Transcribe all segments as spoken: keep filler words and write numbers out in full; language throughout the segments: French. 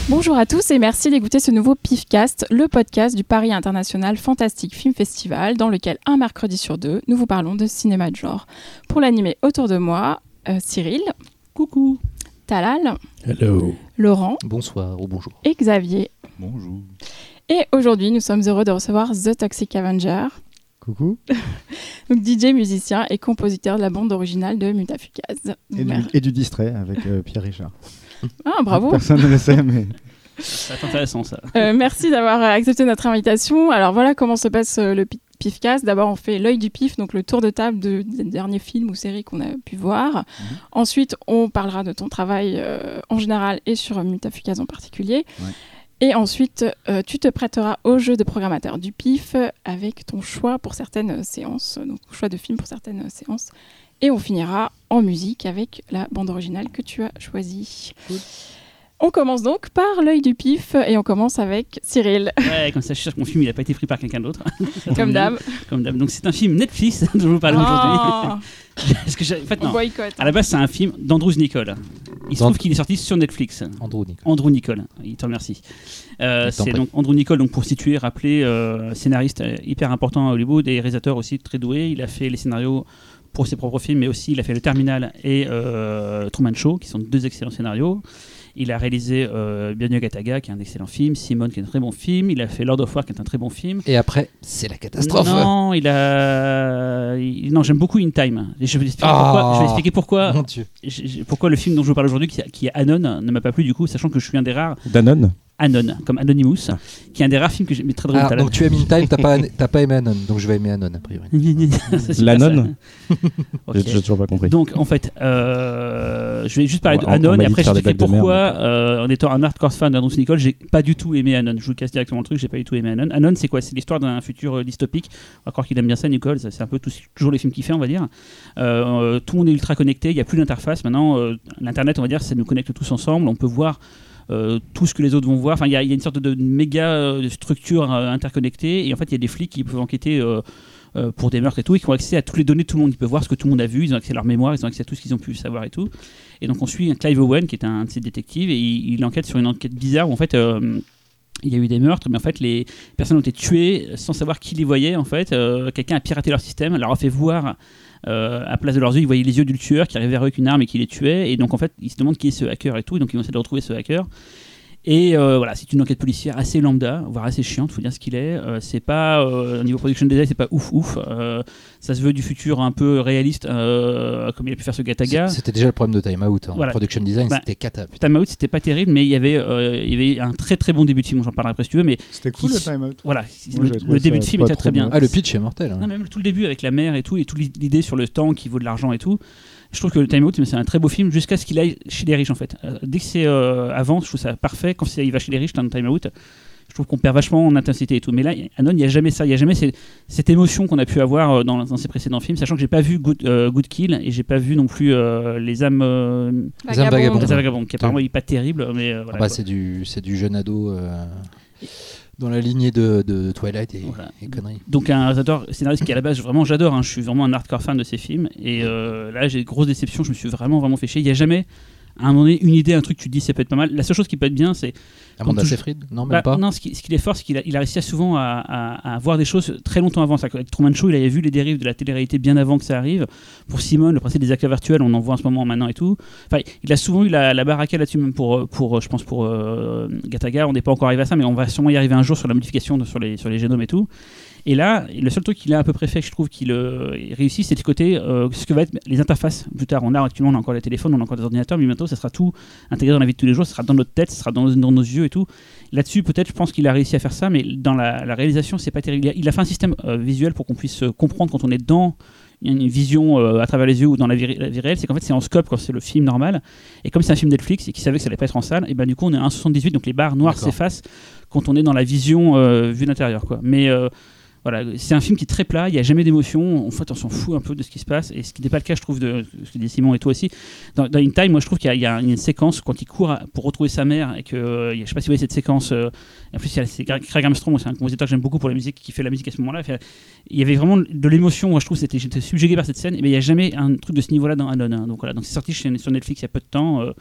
Bonjour à tous et merci d'écouter ce nouveau PIFcast, le podcast du Paris International Fantastic Film Festival, dans lequel un mercredi sur deux, nous vous parlons de cinéma de genre. Pour l'animer autour de moi, euh, Cyril. Coucou. Talal. Hello. Laurent. Bonsoir ou bonjour. Et Xavier. Bonjour. Et aujourd'hui, nous sommes heureux de recevoir The Toxic Avenger. Coucou. Donc D J, musicien et compositeur de la bande originale de Mutafukaz. Et du, et du distrait avec euh, Pierre Richard. Ah, bravo. Personne ne le sait, mais... C'est intéressant ça. Euh, merci d'avoir accepté notre invitation. Alors voilà comment se passe euh, le PIFcast. D'abord, on fait l'œil du pif, donc le tour de table de, des derniers films ou séries qu'on a pu voir. Mmh. Ensuite, on parlera de ton travail euh, en général et sur Mutafukaz en particulier. Ouais. Et ensuite, euh, tu te prêteras au jeu de programmateur du pif avec ton choix pour certaines séances, donc choix de films pour certaines séances. Et on finira en musique avec la bande originale que tu as choisie. Cool. On commence donc par l'œil du pif et on commence avec Cyril. Ouais, comme ça, je suis sûr que mon film il n'a pas été pris par quelqu'un d'autre. Comme d'hab. Comme d'hab. Donc c'est un film Netflix dont je vous parle oh. aujourd'hui. Parce que en fait, non. Boycott. À la base, c'est un film d'Andrew Niccol. Il se trouve qu'il est sorti sur Netflix. Andrew Niccol. Andrew Niccol. Il te remercie. Euh, c'est donc Andrew Niccol, donc pour situer, rappeler, euh, scénariste hyper important à Hollywood et réalisateur aussi très doué. Il a fait les scénarios pour ses propres films, mais aussi il a fait Le Terminal et euh, Truman Show, qui sont deux excellents scénarios. Il a réalisé euh, Bienvenue à Gataga, qui est un excellent film, Simone, qui est un très bon film. Il a fait Lord of War, qui est un très bon film. Et après, c'est la catastrophe. Non, il a. Il... Non, j'aime beaucoup In Time. Je vais expliquer oh, pourquoi. Je vais expliquer pourquoi. Mon Dieu. Pourquoi le film dont je vous parle aujourd'hui, qui, qui est Anon, ne m'a pas plu du coup, sachant que je suis un des rares. D'Anon. Anon, comme Anonymous, ah. qui est un des rares films que j'aime très drôle. Ah, donc tu aimes In Time, t'as pas, t'as pas aimé Anon, donc je vais aimer Anon a priori. L'Anon. Okay. J'ai toujours pas compris. Donc en fait, euh, je vais juste parler ouais, d'Anon et après je t'explique pourquoi, euh, en étant un hardcore fan d'Andrew Niccol, j'ai pas du tout aimé Anon. Je vous casse directement le truc, j'ai pas du tout aimé Anon. Anon, c'est quoi? C'est l'histoire d'un futur dystopique. On va croire qu'il aime bien ça, Niccol. C'est un peu tout, toujours les films qu'il fait, on va dire. Euh, tout le monde est ultra connecté, il n'y a plus d'interface. Maintenant, euh, l'internet, on va dire, ça nous connecte tous ensemble. On peut voir. Euh, tout ce que les autres vont voir. Enfin, il y, y a une sorte de, de méga euh, structure euh, interconnectée et en fait, il y a des flics qui peuvent enquêter euh, euh, pour des meurtres et tout et qui ont accès à toutes les données de tout le monde. Ils peuvent voir ce que tout le monde a vu, ils ont accès à leur mémoire, ils ont accès à tout ce qu'ils ont pu savoir et tout. Et donc, on suit Clive Owen qui est un, un de ces détectives et il, il enquête sur une enquête bizarre où en fait. Euh, il y a eu des meurtres, mais en fait, les personnes ont été tuées sans savoir qui les voyait. En fait, euh, quelqu'un a piraté leur système, leur a fait voir euh, à place de leurs yeux, ils voyaient les yeux du tueur qui arrivait vers eux avec une arme et qui les tuait. Et donc, en fait, ils se demandent qui est ce hacker et tout. Et donc, ils vont essayer de retrouver ce hacker. Et euh, voilà, c'est une enquête policière assez lambda, voire assez chiante, faut dire ce qu'il est. Euh, c'est pas euh, au niveau production design, c'est pas ouf ouf. Euh, ça se veut du futur un peu réaliste, euh, comme il a pu faire ce Gataga. C'était déjà le problème de Time Out. Hein. Voilà. Production design, bah, c'était cata. Putain. Time Out, c'était pas terrible, mais il y avait, euh, il y avait un très très bon début de film. J'en parlerai après si tu veux, mais c'était cool le Time Out. Voilà, Moi, le, le début de film était très bien. Ah, le pitch est mortel. Hein. Non, même tout le début avec la mer et tout, et toute l'idée sur le temps qui vaut de l'argent et tout. Je trouve que le Time Out, c'est un très beau film jusqu'à ce qu'il aille chez les riches en fait. Euh, dès que c'est euh, avant, je trouve ça parfait. Quand il va chez les riches, dans le Time Out, je trouve qu'on perd vachement en intensité et tout. Mais là, Anon, il n'y a jamais ça. Il n'y a jamais ces, cette émotion qu'on a pu avoir dans, dans ses précédents films, sachant que j'ai pas vu Good, euh, Good Kill et j'ai pas vu non plus euh, Les âmes euh, Les âmes vagabondes. Les âmes vagabondes, qui apparemment n'est pas terrible. Mais, euh, voilà, ah bah, c'est, du, c'est du jeune ado. Euh... Dans la lignée de, de Twilight et, voilà. et conneries. Donc un réalisateur scénariste qui à la base vraiment j'adore, hein, je suis vraiment un hardcore fan de ces films et euh, là j'ai de grosses déceptions, je me suis vraiment vraiment fait chier. Il n'y a jamais à un moment donné une idée, un truc que tu te dis ça peut être pas mal. La seule chose qui peut être bien c'est Amanda Seyfried, non même bah, pas. Non, ce qui, ce qui est fort c'est qu'il a, il a réussi à souvent à, à, à voir des choses très longtemps avant. Avec Truman Show il avait vu les dérives de la télé-réalité bien avant que ça arrive. Pour Simone, le principe des acteurs virtuels on en voit en ce moment maintenant et tout. Enfin il a souvent eu la, la baraque là-dessus même pour, pour je pense pour euh, Gataga, on n'est pas encore arrivé à ça mais on va sûrement y arriver un jour sur la modification de, sur, les, sur les génomes et tout. Et là, le seul truc qu'il a à peu près fait, que je trouve qu'il euh, réussit, c'est le côté euh, ce que va être les interfaces. Plus tard, on a actuellement on a encore les téléphones, on a encore des ordinateurs, mais bientôt ça sera tout intégré dans la vie de tous les jours, ça sera dans notre tête, ça sera dans, dans nos yeux et tout. Là-dessus, peut-être, je pense qu'il a réussi à faire ça, mais dans la, la réalisation, c'est pas terrible. Il a, il a fait un système euh, visuel pour qu'on puisse euh, comprendre quand on est dans une vision euh, à travers les yeux ou dans la vie, la vie réelle, c'est qu'en fait c'est en scope quand c'est le film normal. Et comme c'est un film Netflix et qu'il savait que ça allait pas être en salle, et ben du coup on est à un virgule soixante-dix-huit, donc les barres noires D'accord. s'effacent quand on est dans la vision euh, vue d'intérieur, quoi. Mais euh, voilà, c'est un film qui est très plat, il n'y a jamais d'émotion, en fait on s'en fout un peu de ce qui se passe, et ce qui n'est pas le cas je trouve de ce que dit Simon et toi aussi. Dans, dans In Time, moi je trouve qu'il y a, il y a une séquence quand il court à, pour retrouver sa mère, et que, euh, je ne sais pas si vous voyez cette séquence, euh, en plus il y a, c'est Craig Armstrong, c'est un compositeur que j'aime beaucoup pour la musique, qui fait la musique à ce moment-là, il y avait vraiment de l'émotion, moi je trouve, c'était, j'étais subjugué par cette scène, mais il n'y a jamais un truc de ce niveau-là dans Anon, hein, donc voilà, donc c'est sorti chez, sur Netflix il y a peu de temps, euh,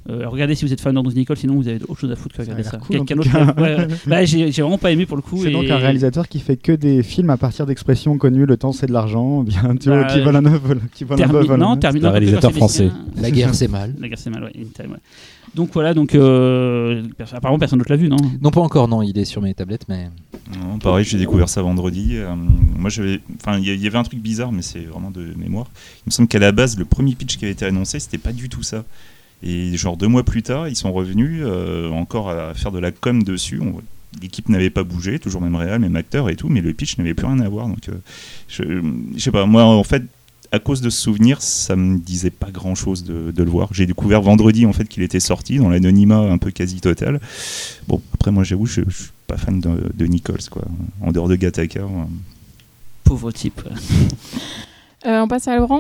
Euh, regardez si vous êtes fan d'Andrew Niccol, sinon vous avez autre chose à foutre que regarder ça. Cool, Quelqu'un d'autre. Ouais, bah, j'ai, j'ai vraiment pas aimé pour le coup. C'est et... donc un réalisateur qui fait que des films à partir d'expressions connues, le temps c'est de l'argent, bien tu bah, vois, qui vole un œuf, qui vole Termi- un bœuf. Non, voilà. Terminator. Un réalisateur français. La guerre, c'est mal. La guerre, c'est mal, ouais. In Time, ouais. Donc voilà, donc euh, apparemment personne d'autre l'a vu, non? Non, pas encore, non, il est sur mes tablettes, mais. Non, pareil, j'ai découvert ça vendredi. Euh, moi, j'avais, enfin, il y, y avait un truc bizarre, mais c'est vraiment de mémoire. Il me semble qu'à la base, le premier pitch qui avait été annoncé, c'était pas du tout ça. Et genre deux mois plus tard, ils sont revenus euh, encore à faire de la com dessus. On, l'équipe n'avait pas bougé, toujours même réal, même acteur et tout, mais le pitch n'avait plus rien à voir. Donc, euh, je, je sais pas. Moi, en fait, à cause de ce souvenir, ça me disait pas grand-chose de, de le voir. J'ai découvert vendredi en fait qu'il était sorti dans l'anonymat un peu quasi total. Bon, après moi, j'avoue, je, je suis pas fan de, de Nichols, quoi. En dehors de Gattaca. Euh... Pauvre type. euh, on passe à Laurent.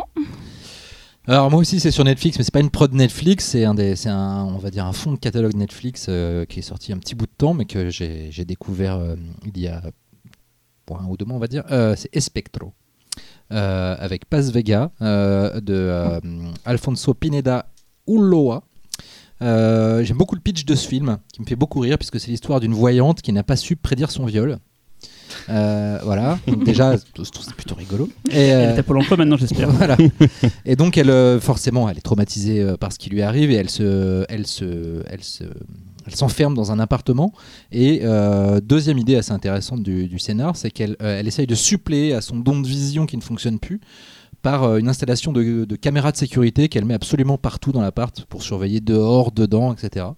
Alors moi aussi c'est sur Netflix, mais c'est pas une prod Netflix, c'est un des, c'est un, on va dire un fond de catalogue Netflix euh, qui est sorti un petit bout de temps, mais que j'ai, j'ai découvert euh, il y a bon, un ou deux mois on va dire. Euh, c'est Espectro euh, avec Paz Vega euh, de euh, Alfonso Pineda Ulloa. Euh, j'aime beaucoup le pitch de ce film, qui me fait beaucoup rire puisque c'est l'histoire d'une voyante qui n'a pas su prédire son viol. Euh, voilà, donc déjà je trouve c'est plutôt rigolo. Et, euh, elle tape pour l'emploi maintenant, j'espère. Voilà. Et donc elle, euh, forcément, elle est traumatisée euh, par ce qui lui arrive et elle se, elle se, elle se, elle s'enferme dans un appartement. Et euh, deuxième idée assez intéressante du, du scénar, c'est qu'elle, euh, elle essaye de suppléer à son don de vision qui ne fonctionne plus par euh, une installation de, de caméras de sécurité qu'elle met absolument partout dans l'appart pour surveiller dehors, dedans, et cetera.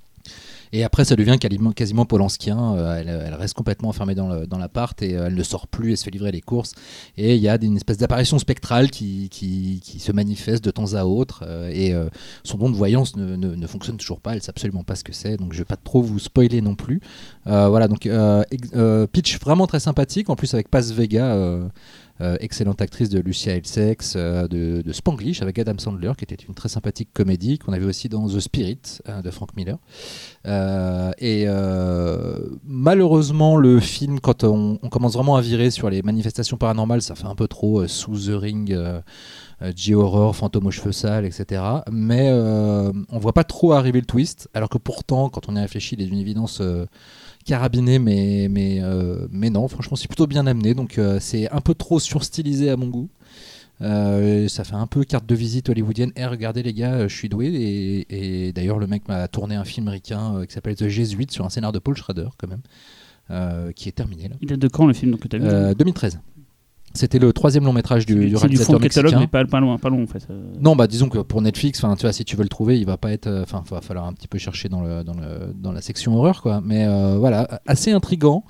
Et après, ça devient quasiment, quasiment polanskien. Euh, elle, elle reste complètement enfermée dans, le, dans l'appart et euh, elle ne sort plus. Elle se fait livrer les courses. Et il y a une espèce d'apparition spectrale qui, qui, qui se manifeste de temps à autre. Euh, et euh, son don de voyance ne, ne, ne fonctionne toujours pas. Elle ne sait absolument pas ce que c'est. Donc je ne vais pas trop vous spoiler non plus. Euh, voilà, donc euh, euh, pitch vraiment très sympathique. En plus, avec Paz Vega. Euh, Euh, excellente actrice de Lucia Ilsex, euh, de, de Spanglish avec Adam Sandler, qui était une très sympathique comédie qu'on avait aussi dans The Spirit euh, de Frank Miller. Euh, et euh, malheureusement, le film, quand on, on commence vraiment à virer sur les manifestations paranormales, ça fait un peu trop euh, sous The Ring, euh, euh, J-horror, fantôme aux cheveux sales, et cetera. Mais euh, on voit pas trop arriver le twist, alors que pourtant, quand on y réfléchit, il est d'une évidence euh, carabiné, mais, mais, euh, mais non, franchement, c'est plutôt bien amené. Donc, euh, c'est un peu trop surstylisé à mon goût. Euh, ça fait un peu carte de visite hollywoodienne. Eh, regardez les gars, je suis doué. Et, et d'ailleurs, le mec m'a tourné un film ricain euh, qui s'appelle The Jesuit sur un scénar de Paul Schrader, quand même, euh, qui est terminé là. Il date de quand le film donc, que tu as vu euh, deux mille treize. C'était le troisième long métrage du, c'est, du c'est réalisateur du fond de catalogue, mexicain. mais pas, pas loin, pas loin en fait. Euh... Non, bah disons que pour Netflix, enfin, tu vois, si tu veux le trouver, il va pas être, enfin, va falloir un petit peu chercher dans le, dans le, dans la section horreur, quoi. Mais euh, voilà, assez intriguant.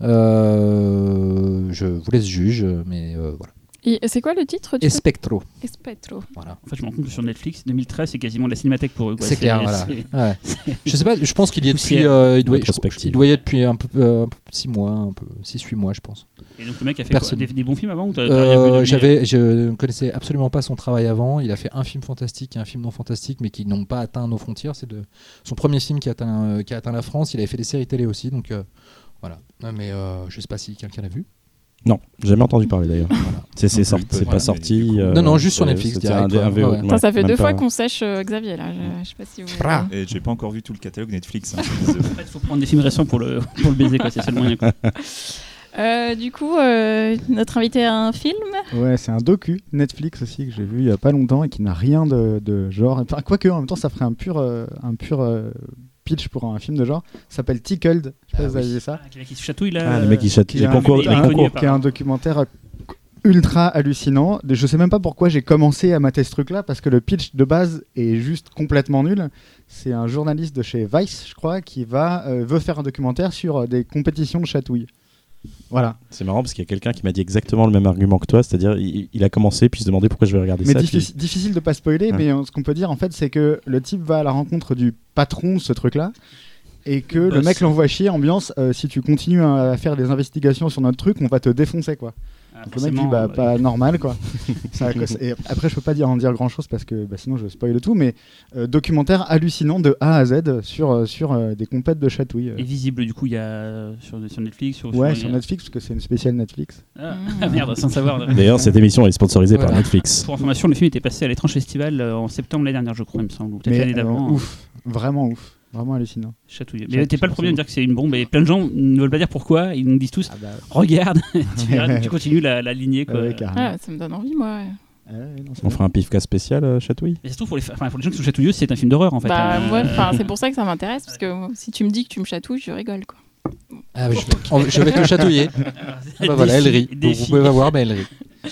Euh, je vous laisse juge, mais euh, voilà. Et c'est quoi le titre? Espectro. Espectro. Voilà. En fait, je me rends compte que sur Netflix, deux mille treize, c'est quasiment de la cinémathèque pour eux. Quoi. C'est, c'est clair, voilà. C'est... Ouais. C'est... Je sais pas, je pense qu'il y est depuis, Poussière. euh, il, doit, je, il doit y être depuis un peu, euh, six mois, un peu, six huit mois, je pense. Et donc le mec a fait Personne. quoi, des, des bons films avant ou t'as, euh, t'as j'avais, Je ne connaissais absolument pas son travail avant. Il a fait un film fantastique et un film non fantastique, mais qui n'ont pas atteint nos frontières. C'est de, son premier film qui a atteint, euh, qui a atteint la France. Il avait fait des séries télé aussi, donc euh, voilà. Mais euh, je sais pas si quelqu'un l'a vu. Non, jamais entendu parler d'ailleurs. Voilà. C'est, c'est, sorti, c'est voilà, pas sorti. coup, euh, non, non, juste sur c'est, Netflix. c'est Direct, un, un, ouais. un, Ouais. ouais, Ça, ça fait deux pas. fois qu'on sèche euh, Xavier là. Je, je sais pas si vous. Bra. Et j'ai pas encore vu tout le catalogue Netflix. Hein, je suis désolé. En fait, il faut prendre des films récents pour le, pour le baiser, quoi. C'est le seul moyen. Quoi. Euh, du coup, euh, notre invité a un film. Ouais, c'est un docu Netflix aussi que j'ai vu il y a pas longtemps et qui n'a rien de, de genre. Enfin, quoique en même temps, ça ferait un pur, euh, un pur euh, pitch pour un film de genre. Ça s'appelle Tickled. Je sais pas Ah si vous avez oui. vu ça. Ah, qui se chatouille là. Ah, les mecs qui chatouillent. qui Les a un- concours. il Les est concours. connu, qui est un documentaire ultra hallucinant. Je sais même pas pourquoi j'ai commencé à mater ce truc-là parce que le pitch de base est juste complètement nul. C'est un journaliste de chez Vice, je crois, qui va euh, veut faire un documentaire sur euh, des compétitions de chatouille. Voilà. C'est marrant parce qu'il y a quelqu'un qui m'a dit exactement le même argument que toi, c'est-à-dire il, il a commencé puis il se demandait pourquoi je vais regarder Mais ça. difficile, puis- difficile de pas spoiler, Ouais. mais euh, ce qu'on peut dire en fait, c'est que le type va à la rencontre du patron de ce truc-là. Et que le Boss. mec l'envoie chier, ambiance, euh, si tu continues à faire des investigations sur notre truc, on va te défoncer, quoi. Ah, Donc le mec dit bah, bah, pas normal quoi. Ça, et après je peux pas dire en dire grand chose parce que bah, sinon je spoil tout, mais euh, documentaire hallucinant de A à Z sur, euh, sur euh, des compètes de chatouilles. Et visible du coup il y a sur, sur Netflix sur, Ouais, sur, sur Netflix parce que c'est une spéciale Netflix. Ah, ah, merde, sans savoir. D'ailleurs, cette émission est sponsorisée Voilà. par Netflix. Pour information, le film était passé à l'étrange festival euh, en septembre l'année dernière, je crois, il me semble, ou peut-être Mais l'année euh, d'avant. ouf, vraiment ouf, vraiment hallucinant. Chatouillé. Chat- Mais t'es pas le premier à me dire que c'est une bombe et plein de gens ne veulent pas dire pourquoi. Ils nous disent tous Ah bah, regarde, tu, verras, tu continues la, la lignée quoi. ouais, carrément. Ah, ça me donne envie, moi. ouais. Ah ouais, non, c'est On bien. fera un pifcas spécial euh, chatouille. Et ça se trouve pour les, fa- enfin, pour les gens qui sont chatouilleux, c'est un film d'horreur en fait. Bah, hein. moi, enfin, c'est pour ça que ça m'intéresse, parce que euh, si tu me dis que tu me chatouilles, je rigole, quoi. Ah, mais je, vais, on- je vais te le chatouiller. Ah bah voilà, elle rit. Donc, vous pouvez pas voir, mais elle rit.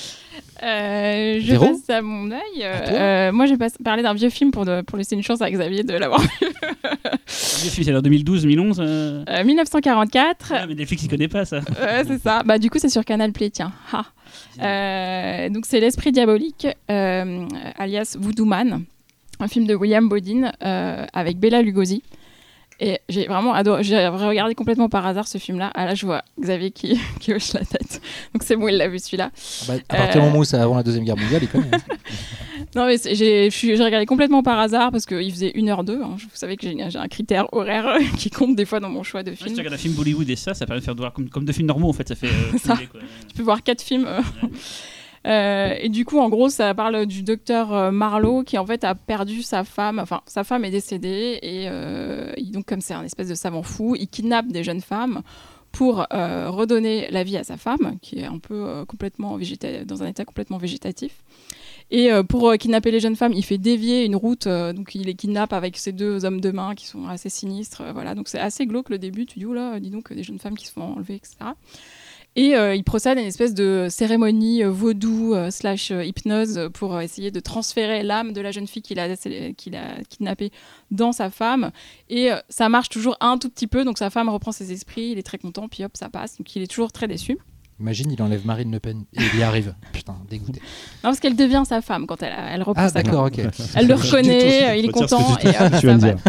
Euh, je Véro passe à mon œil. À toi Euh, moi, j'ai pas- parlé d'un vieux film pour, de- pour laisser une chance à Xavier de l'avoir vu. Le film, c'est en deux mille douze deux mille onze. Euh... Euh, mille neuf cent quarante-quatre. Ah, mais Netflix, il connaît pas ça. Ouais, c'est ça. Bah, du coup, c'est sur Canal Play, tiens. Ha. Euh, donc, c'est L'Esprit Diabolique, euh, alias Voodoo Man, un film de William Bodin euh, avec Bela Lugosi. Et j'ai vraiment adoré. J'ai regardé complètement par hasard ce film-là. Ah là, je vois Xavier qui, qui hoche la tête. Donc, c'est bon, il l'a vu celui-là. Ah bah, à partir du Euh. moment où c'est avant la Deuxième Guerre mondiale, il connaît. hein. Non, mais c'est- j'ai je suis- j'ai regardé complètement par hasard parce qu'il faisait une heure deux. Hein. Vous savez que j'ai j'ai un critère horaire qui compte des fois dans mon choix de Ouais, si film. tu regardes un film Bollywood et ça, ça permet de faire de voir comme, comme deux films normaux en fait. Ça fait. Euh, Ça. cumuler, quoi. Tu peux voir quatre films. euh. Euh, et du coup, en gros, ça parle du docteur euh, Marlowe qui en fait a perdu sa femme. Enfin, sa femme est décédée et euh, il- donc comme c'est un espèce de savant fou, il kidnappe des jeunes femmes pour euh, redonner la vie à sa femme, qui est un peu euh, complètement végéta- dans un état complètement végétatif. Et euh, pour euh, kidnapper les jeunes femmes, il fait dévier une route, euh, donc il les kidnappe avec ces deux hommes de main qui sont assez sinistres. euh, voilà, donc c'est assez glauque le début. Tu dis, oula, dis donc, des jeunes femmes qui se font enlever, et cetera. Et euh, il procède à une espèce de cérémonie euh, vaudou euh, slash euh, hypnose pour euh, essayer de transférer l'âme de la jeune fille qu'il a, qu'il a kidnappée dans sa femme. Et euh, ça marche toujours un tout petit peu, donc sa femme reprend ses esprits, il est très content, puis hop, ça passe. Donc il est toujours très déçu. Imagine, il enlève Marine Le Pen et il y arrive. Putain, dégoûté. Non, parce qu'elle devient sa femme quand elle, elle reprend Ah, sa d'accord, ok. Elle le Je reconnaît, déteste- euh, il est retire ce que content. tu- Et, hop, tu viens ça de va.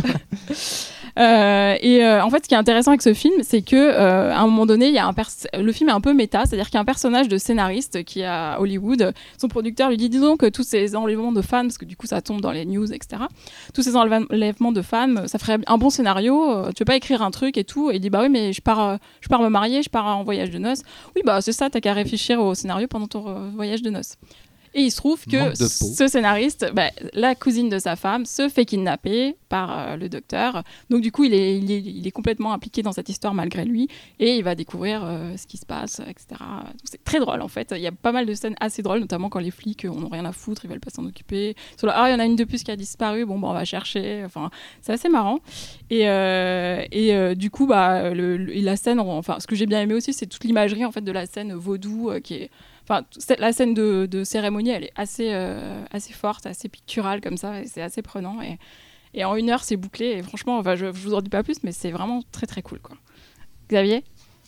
Euh, et euh, en fait, ce qui est intéressant avec ce film, c'est que euh, à un moment donné, il y a un pers- le film est un peu méta, c'est-à-dire qu'il y a un personnage de scénariste qui est à Hollywood. Son producteur lui dit, dis donc, tous ces enlèvements de femmes, parce que du coup, ça tombe dans les news, et cetera. Tous ces enlèvements de femmes, ça ferait un bon scénario. euh, Tu veux pas écrire un truc et tout. Et il dit, bah oui, mais je pars, euh, je pars me marier, je pars en voyage de noces. Oui, bah c'est ça, t'as qu'à réfléchir au scénario pendant ton euh, voyage de noces. Et il se trouve que Manque de peau. ce scénariste, bah, la cousine de sa femme, se fait kidnapper par euh, le docteur. Donc du coup, il est, il, est, il est complètement impliqué dans cette histoire malgré lui. Et il va découvrir euh, ce qui se passe, et cetera. Donc, c'est très drôle en fait. Il y a pas mal de scènes assez drôles, notamment quand les flics euh, en ont rien à foutre, ils veulent pas s'en occuper. Sur le, ah, il y en a une de plus qui a disparu, bon, bah, on va chercher. Enfin, c'est assez marrant. Et, euh, et euh, du coup, bah, le, le- la scène, enfin, ce que j'ai bien aimé aussi, c'est toute l'imagerie en fait, de la scène vaudou euh, qui est... Enfin, t- cette- la scène de, de cérémonie, elle est assez, euh, assez forte, assez picturale comme ça, et c'est assez prenant. Et, et en une heure, c'est bouclé. Et franchement, enfin, je, je vous en dis pas plus, mais c'est vraiment très très cool, quoi. Xavier?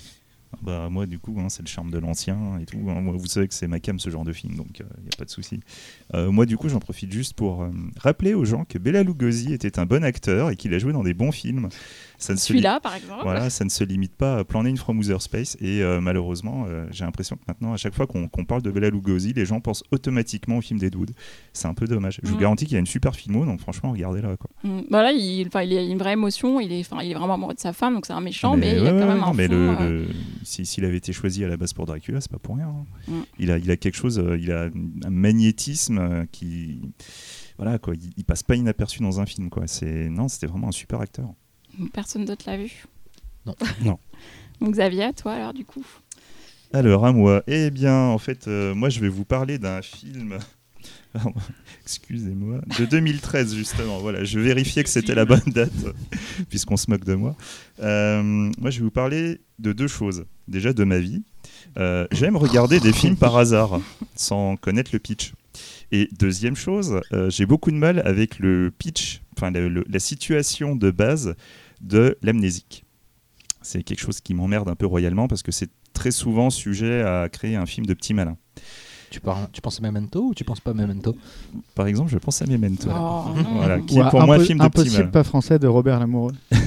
Bah, moi, du coup, hein, c'est le charme de l'ancien et tout. Hein. Moi, vous savez que c'est ma cam ce genre de film, donc il n'y a pas de souci. Euh, moi, du coup, j'en profite juste pour euh, rappeler aux gens que Bela Lugosi était un bon acteur et qu'il a joué dans des bons films. Ça ne se li- Celui-là, par exemple. Voilà, ça ne se limite pas à Plan nine from Outer Space. Et euh, malheureusement, euh, j'ai l'impression que maintenant, à chaque fois qu'on qu'on parle de Bela Lugosi, les gens pensent automatiquement au film d'Ed Wood. C'est un peu dommage. Je vous Mm. garantis qu'il y a une super filmo, donc franchement, regardez-la. Quoi. Mm. Bah là, il, enfin, il a une vraie émotion. Il est, enfin, il est vraiment amoureux de sa femme, donc c'est un méchant, Ah, mais, il y a ouais, quand ouais, même non, un mais fond, le, euh, le- si- s'il avait été choisi à la base pour Dracula, c'est pas pour rien. hein. Mm. Il, a, il a quelque chose, euh, il a un magnétisme euh, qui, voilà quoi, il, il passe pas inaperçu dans un film quoi. C'est non, c'était vraiment un super acteur. Personne d'autre l'a vu. Non. Non. Donc Xavier, toi alors du coup. Alors à moi, eh bien en fait, euh, moi je vais vous parler d'un film. Pardon, excusez-moi, de deux mille treize justement. Voilà, je vérifiais que c'était la bonne date puisqu'on se moque de moi. Euh, moi, je vais vous parler de deux choses. Déjà de ma vie. Euh, j'aime regarder des films par hasard sans connaître le pitch. Et deuxième chose, euh, j'ai beaucoup de mal avec le pitch, enfin le- le- la situation de base de l'amnésique. C'est quelque chose qui m'emmerde un peu royalement parce que c'est très souvent sujet à créer un film de petit malin. Tu, parles- tu penses à Memento ou tu penses pas à Memento? Par exemple, je pense à Memento, Oh, non. voilà, qui Ou est à pour moi un Impo- film de petit Impossible malin. pas français de Robert Lamoureux.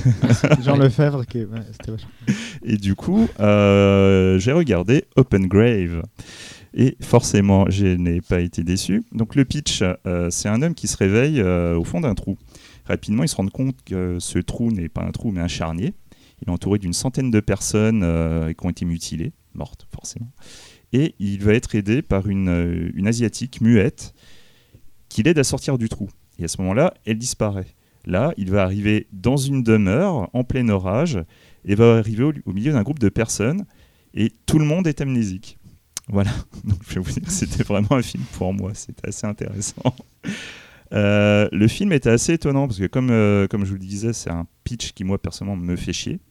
Jean Lefebvre, qui est... ouais, c'était vachement. Et du coup, euh, j'ai regardé Open Grave. Et forcément, je n'ai pas été déçu. Donc le pitch, euh, c'est un homme qui se réveille euh, au fond d'un trou. Rapidement, il se rend compte que ce trou n'est pas un trou, mais un charnier. Il est entouré d'une centaine de personnes euh, qui ont été mutilées, mortes forcément. Et il va être aidé par une, une Asiatique muette qui l'aide à sortir du trou. Et à ce moment-là, elle disparaît. Là, il va arriver dans une demeure en plein orage et va arriver au, au milieu d'un groupe de personnes et tout le monde est amnésique. Voilà, donc je vais vous dire que c'était vraiment un film pour moi, c'était assez intéressant. Euh, le film était assez étonnant parce que comme, euh, comme je vous le disais, c'est un pitch qui moi personnellement me fait chier.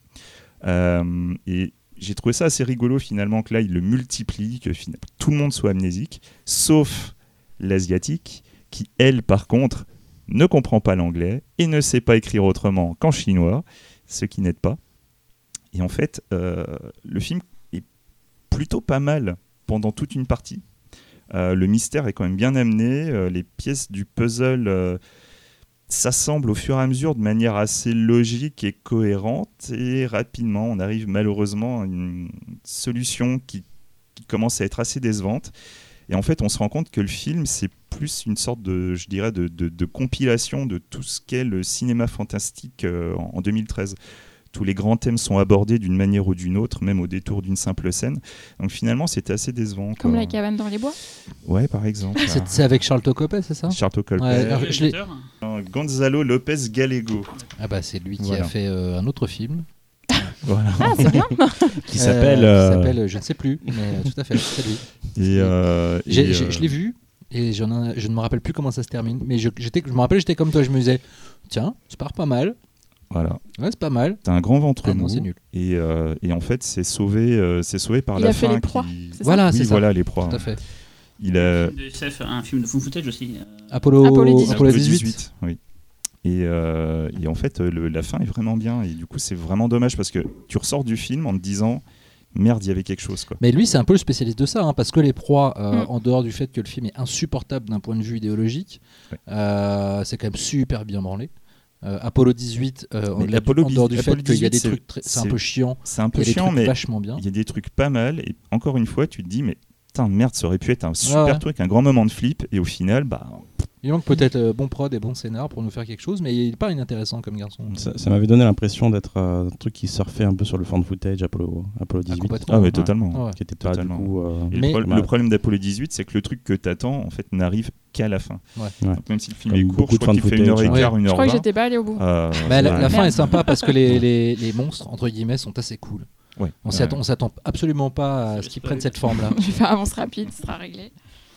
Euh, et j'ai trouvé ça assez rigolo finalement que là il le multiplie, que finalement, tout le monde soit amnésique, sauf l'Asiatique qui elle par contre ne comprend pas l'anglais et ne sait pas écrire autrement qu'en chinois, ce qui n'aide pas. Et en fait, euh, le film est plutôt pas mal pendant toute une partie. Euh, le mystère est quand même bien amené, euh, les pièces du puzzle euh, s'assemblent au fur et à mesure de manière assez logique et cohérente, et rapidement on arrive malheureusement à une solution qui, qui commence à être assez décevante. Et en fait on se rend compte que le film c'est plus une sorte de, je dirais, de, de, de compilation de tout ce qu'est le cinéma fantastique euh, en, en deux mille treize. Tous les grands thèmes sont abordés d'une manière ou d'une autre, même au détour d'une simple scène. Donc finalement, c'était assez décevant. Comme quoi. La cabane dans les bois. Ouais, par exemple. C'est, c'est avec Charles Tocopé, c'est ça? Charles Tocopé. Ouais, alors, je l'ai... Gonzalo Lopez Gallego. Ah bah c'est lui qui Voilà. a fait euh, un autre film. Voilà. Ah, c'est bien. Qui s'appelle. Euh, euh, qui s'appelle, je ne sais plus, mais euh, tout à fait, c'est lui. Et, euh, J'ai- et, j'ai- euh, Je l'ai vu et j'en ai- je ne me rappelle plus comment ça se termine, mais je, j'étais, je me rappelle, j'étais comme toi, je me disais, tiens, ça part pas mal. Voilà. Ouais, c'est pas mal. T'as un grand ventre Ah non, mou. c'est nul. Et, euh, et en fait, c'est sauvé, euh, c'est sauvé par Il la a fait fin. Les Proies, qui- c'est ça Voilà, oui, c'est ça. voilà les proies. Tout à fait. Il a Un film de S F, un film de fond footage aussi. euh, Apollo, Apollo dix-huit. Apollo le dix-huit. oui. Et, euh, et en fait, le- la fin est vraiment bien. Et du coup, c'est vraiment dommage parce que tu ressors du film en te disant merde, il y avait quelque chose. Quoi. Mais lui, c'est un peu le spécialiste de ça, hein, parce que Les Proies, euh, Mm. en dehors du fait que le film est insupportable d'un point de vue idéologique, Ouais. euh, c'est quand même super bien branlé. Euh, Apollo dix-huit, euh, Mais en, Apollo en dehors du dix- fait Apollo qu'il y a des dix-huit, trucs, très- c'est un c'est- peu chiant, C'est un il y peu a des chiant, trucs mais vachement bien. il y a des trucs pas mal. Et encore une fois, tu te dis, mais putain, merde, ça aurait pu être un super ouais. truc, un grand moment de flip. Et au final, bah, Il manque peut-être euh, bon prod et bon scénar pour nous faire quelque chose, mais il n'est pas inintéressant comme garçon. Ça, ça m'avait donné l'impression d'être euh, un truc qui surfait un peu sur le fan footage Apollo, Apollo dix-huit. complètement. ah, mais Ouais. totalement. Ouais. Qui était pas Totalement. du coup. euh, Et Mais- le, pro- Ouais. le problème d'Apollo dix-huit, c'est que le truc que t'attends, en fait, n'arrive qu'à la fin. Ouais. Ouais. Donc, même si le film Comme est court, beaucoup je de crois qu'il fan fait une heure et footage, quart, une Je heure crois que vingt. j'étais pas allé au bout. Euh, Bah, la, ouais. la fin Merde. est sympa parce que les, les, les monstres, entre guillemets, sont assez cool. Ouais. On s'y Ouais. attend, on s'attend absolument pas à ce qu'ils prennent cette forme-là. Je vais faire avance rapide, ce sera réglé.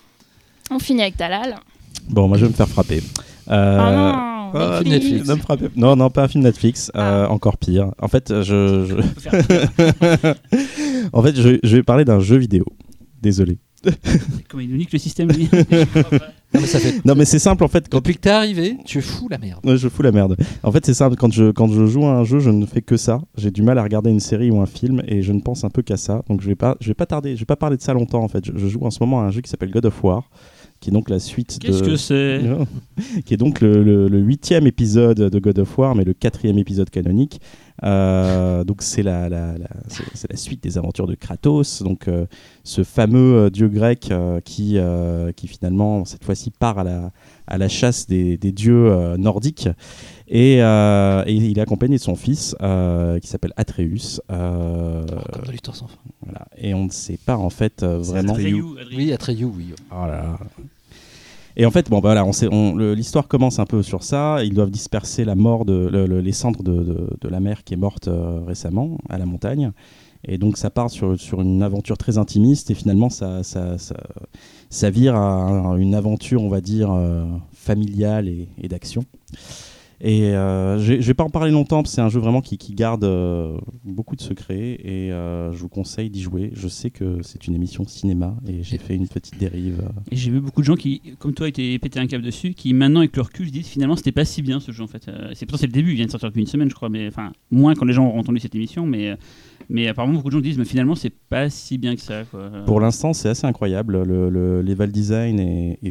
On finit avec Talal. Bon, moi je vais me faire frapper. Euh, Ah non, ah, Netflix. Netflix. ne me frappez- Non, non, pas un film Netflix, euh, encore pire. En fait, je, je... en fait, je, je vais parler d'un jeu vidéo. Désolé. Comment il nous nique le système, lui. Non, mais ça fait... Non, mais c'est simple en fait. Quand Depuis que t'es arrivé, tu fous la merde. Ouais, je fous la merde. En fait, c'est simple. Quand je, quand je joue à un jeu, je ne fais que ça. J'ai du mal à regarder une série ou un film et je ne pense un peu qu'à ça. Donc, je vais pas, je vais pas tarder. Je vais pas parler de ça longtemps. En fait, je, je joue en ce moment à un jeu qui s'appelle God of War, qui est donc la suite Qu'est-ce de. que c'est? qui est donc le, le, le huitième épisode de God of War, mais le quatrième épisode canonique. Euh, donc c'est la, la, la, c'est, c'est la suite des aventures de Kratos, donc euh, ce fameux euh, dieu grec euh, qui, euh, qui finalement cette fois-ci part à la, à la chasse des, des dieux euh, nordiques et, euh, et il est accompagné de son fils euh, qui s'appelle Atreus. Euh, Oh, comme dans l'histoire sans fin. voilà. Et on ne sait pas en fait euh, vraiment. Atreyu, Adrien. Oui, Atreyu, oui. Oh là là. Et en fait, bon, bah, voilà, on sait, on, le- l'histoire commence un peu sur ça. Ils doivent disperser la mort de, le- le- les cendres de, de, de la mère qui est morte euh, récemment à la montagne. Et donc, ça part sur, sur une aventure très intimiste. Et finalement, ça, ça, ça, ça vire à, un- une aventure, on va dire, euh, familiale et, et d'action. Et euh, je ne vais pas en parler longtemps, parce que c'est un jeu vraiment qui, qui garde euh, beaucoup de secrets. Et euh, je vous conseille d'y jouer. Je sais que c'est une émission cinéma et j'ai fait une petite dérive. euh, Et j'ai vu beaucoup de gens qui, comme toi, étaient pété un câble dessus, qui maintenant, avec le recul, se disent finalement, c'était pas si bien ce jeu en fait. Euh, c'est pourtant c'est le début, il vient de sortir depuis une semaine, je crois, mais enfin moins quand les gens auront entendu cette émission, mais euh, mais apparemment beaucoup de gens disent, mais finalement, c'est pas si bien que ça. Quoi. Pour l'instant, c'est assez incroyable. Le, le level design est, est fou.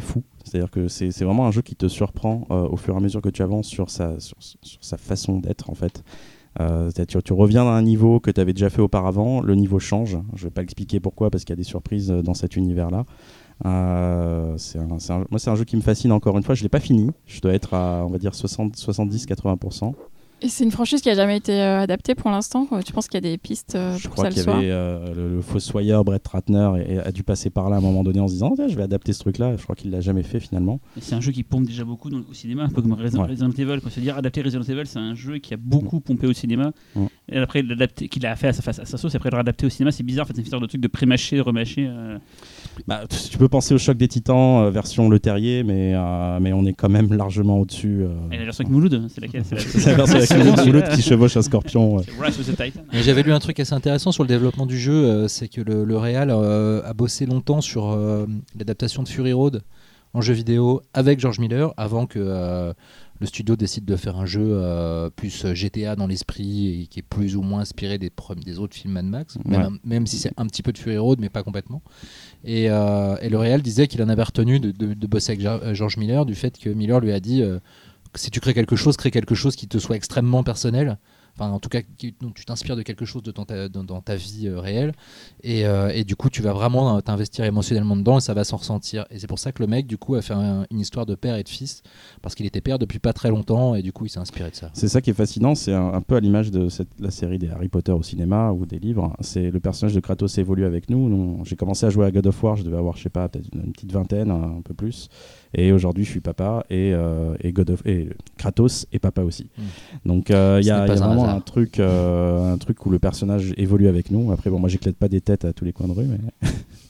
C'est-à-dire que c'est, c'est vraiment un jeu qui te surprend euh, au fur et à mesure que tu avances sur sa, sur, sur sa façon d'être en fait. Euh, tu, tu reviens à un niveau que tu avais déjà fait auparavant, le niveau change. Je ne vais pas expliquer pourquoi parce qu'il y a des surprises dans cet univers-là. Euh, c'est un, c'est un, moi, c'est un jeu qui me fascine encore une fois. Je ne l'ai pas fini. Je dois être à, on va dire, soixante, soixante-dix à quatre-vingts pour cent. Et c'est une franchise qui n'a jamais été euh, adaptée pour l'instant. Tu penses qu'il y a des pistes euh, Je pour crois ça qu'il le y soir avait euh, le, le fossoyeur Brett Ratner et, et a dû passer par là à un moment donné en se disant oh, je vais adapter ce truc-là. Je crois qu'il l'a jamais fait finalement. Et c'est un jeu qui pompe déjà beaucoup dans, au cinéma, un peu comme Resident, Ouais. Resident Evil. Quand se dire adapter Resident Evil, c'est un jeu qui a beaucoup pompé au cinéma. Ouais. Et après, l'adapter, qu'il a fait à sa, face, à sa sauce, et après le réadapter au cinéma, c'est bizarre. En fait, c'est une histoire de truc de pré-mâché, remâché. Euh... Bah, tu peux penser au Choc des Titans euh, version Le Terrier, mais, euh, mais on est quand même largement au-dessus. Euh... Et la version avec Mouloud, c'est laquelle? C'est la, c'est la version avec c'est Mouloud qui chevauche un scorpion. Ouais. Rise of the Titan. Mais j'avais lu un truc assez intéressant sur le développement du jeu, euh, c'est que le, le réal euh, a bossé longtemps sur euh, l'adaptation de Fury Road en jeu vidéo avec George Miller avant que euh, le studio décide de faire un jeu euh, plus G T A dans l'esprit et qui est plus ou moins inspiré des, des autres films Mad Max, Ouais. même, même si c'est un petit peu de Fury Road mais pas complètement. Et, euh, et le réal disait qu'il en avait retenu de, de, de bosser avec Ge- George Miller du fait que Miller lui a dit euh, que si tu crées quelque chose, crée quelque chose qui te soit extrêmement personnel. Enfin, en tout cas, qui, dont tu t'inspires de quelque chose de ton, ta, dans, dans ta vie euh, réelle. Et, euh, et du coup, tu vas vraiment euh, t'investir émotionnellement dedans et ça va s'en ressentir. Et c'est pour ça que le mec, du coup, a fait un, une histoire de père et de fils. Parce qu'il était père depuis pas très longtemps et du coup, il s'est inspiré de ça. C'est ça qui est fascinant, c'est un, un peu à l'image de cette, la série des Harry Potter au cinéma ou des livres. C'est le personnage de Kratos évolue avec nous. nous j'ai commencé à jouer à God of War, je devais avoir, je sais pas, peut-être une, une petite vingtaine, un, un peu plus. Et aujourd'hui, je suis papa et, euh, et, God of, et Kratos est papa aussi. Mmh. Donc, il euh, y, y a vraiment un, un truc, euh, un truc où le personnage évolue avec nous. Après, bon, moi, j'éclate pas des têtes à tous les coins de rue, mais...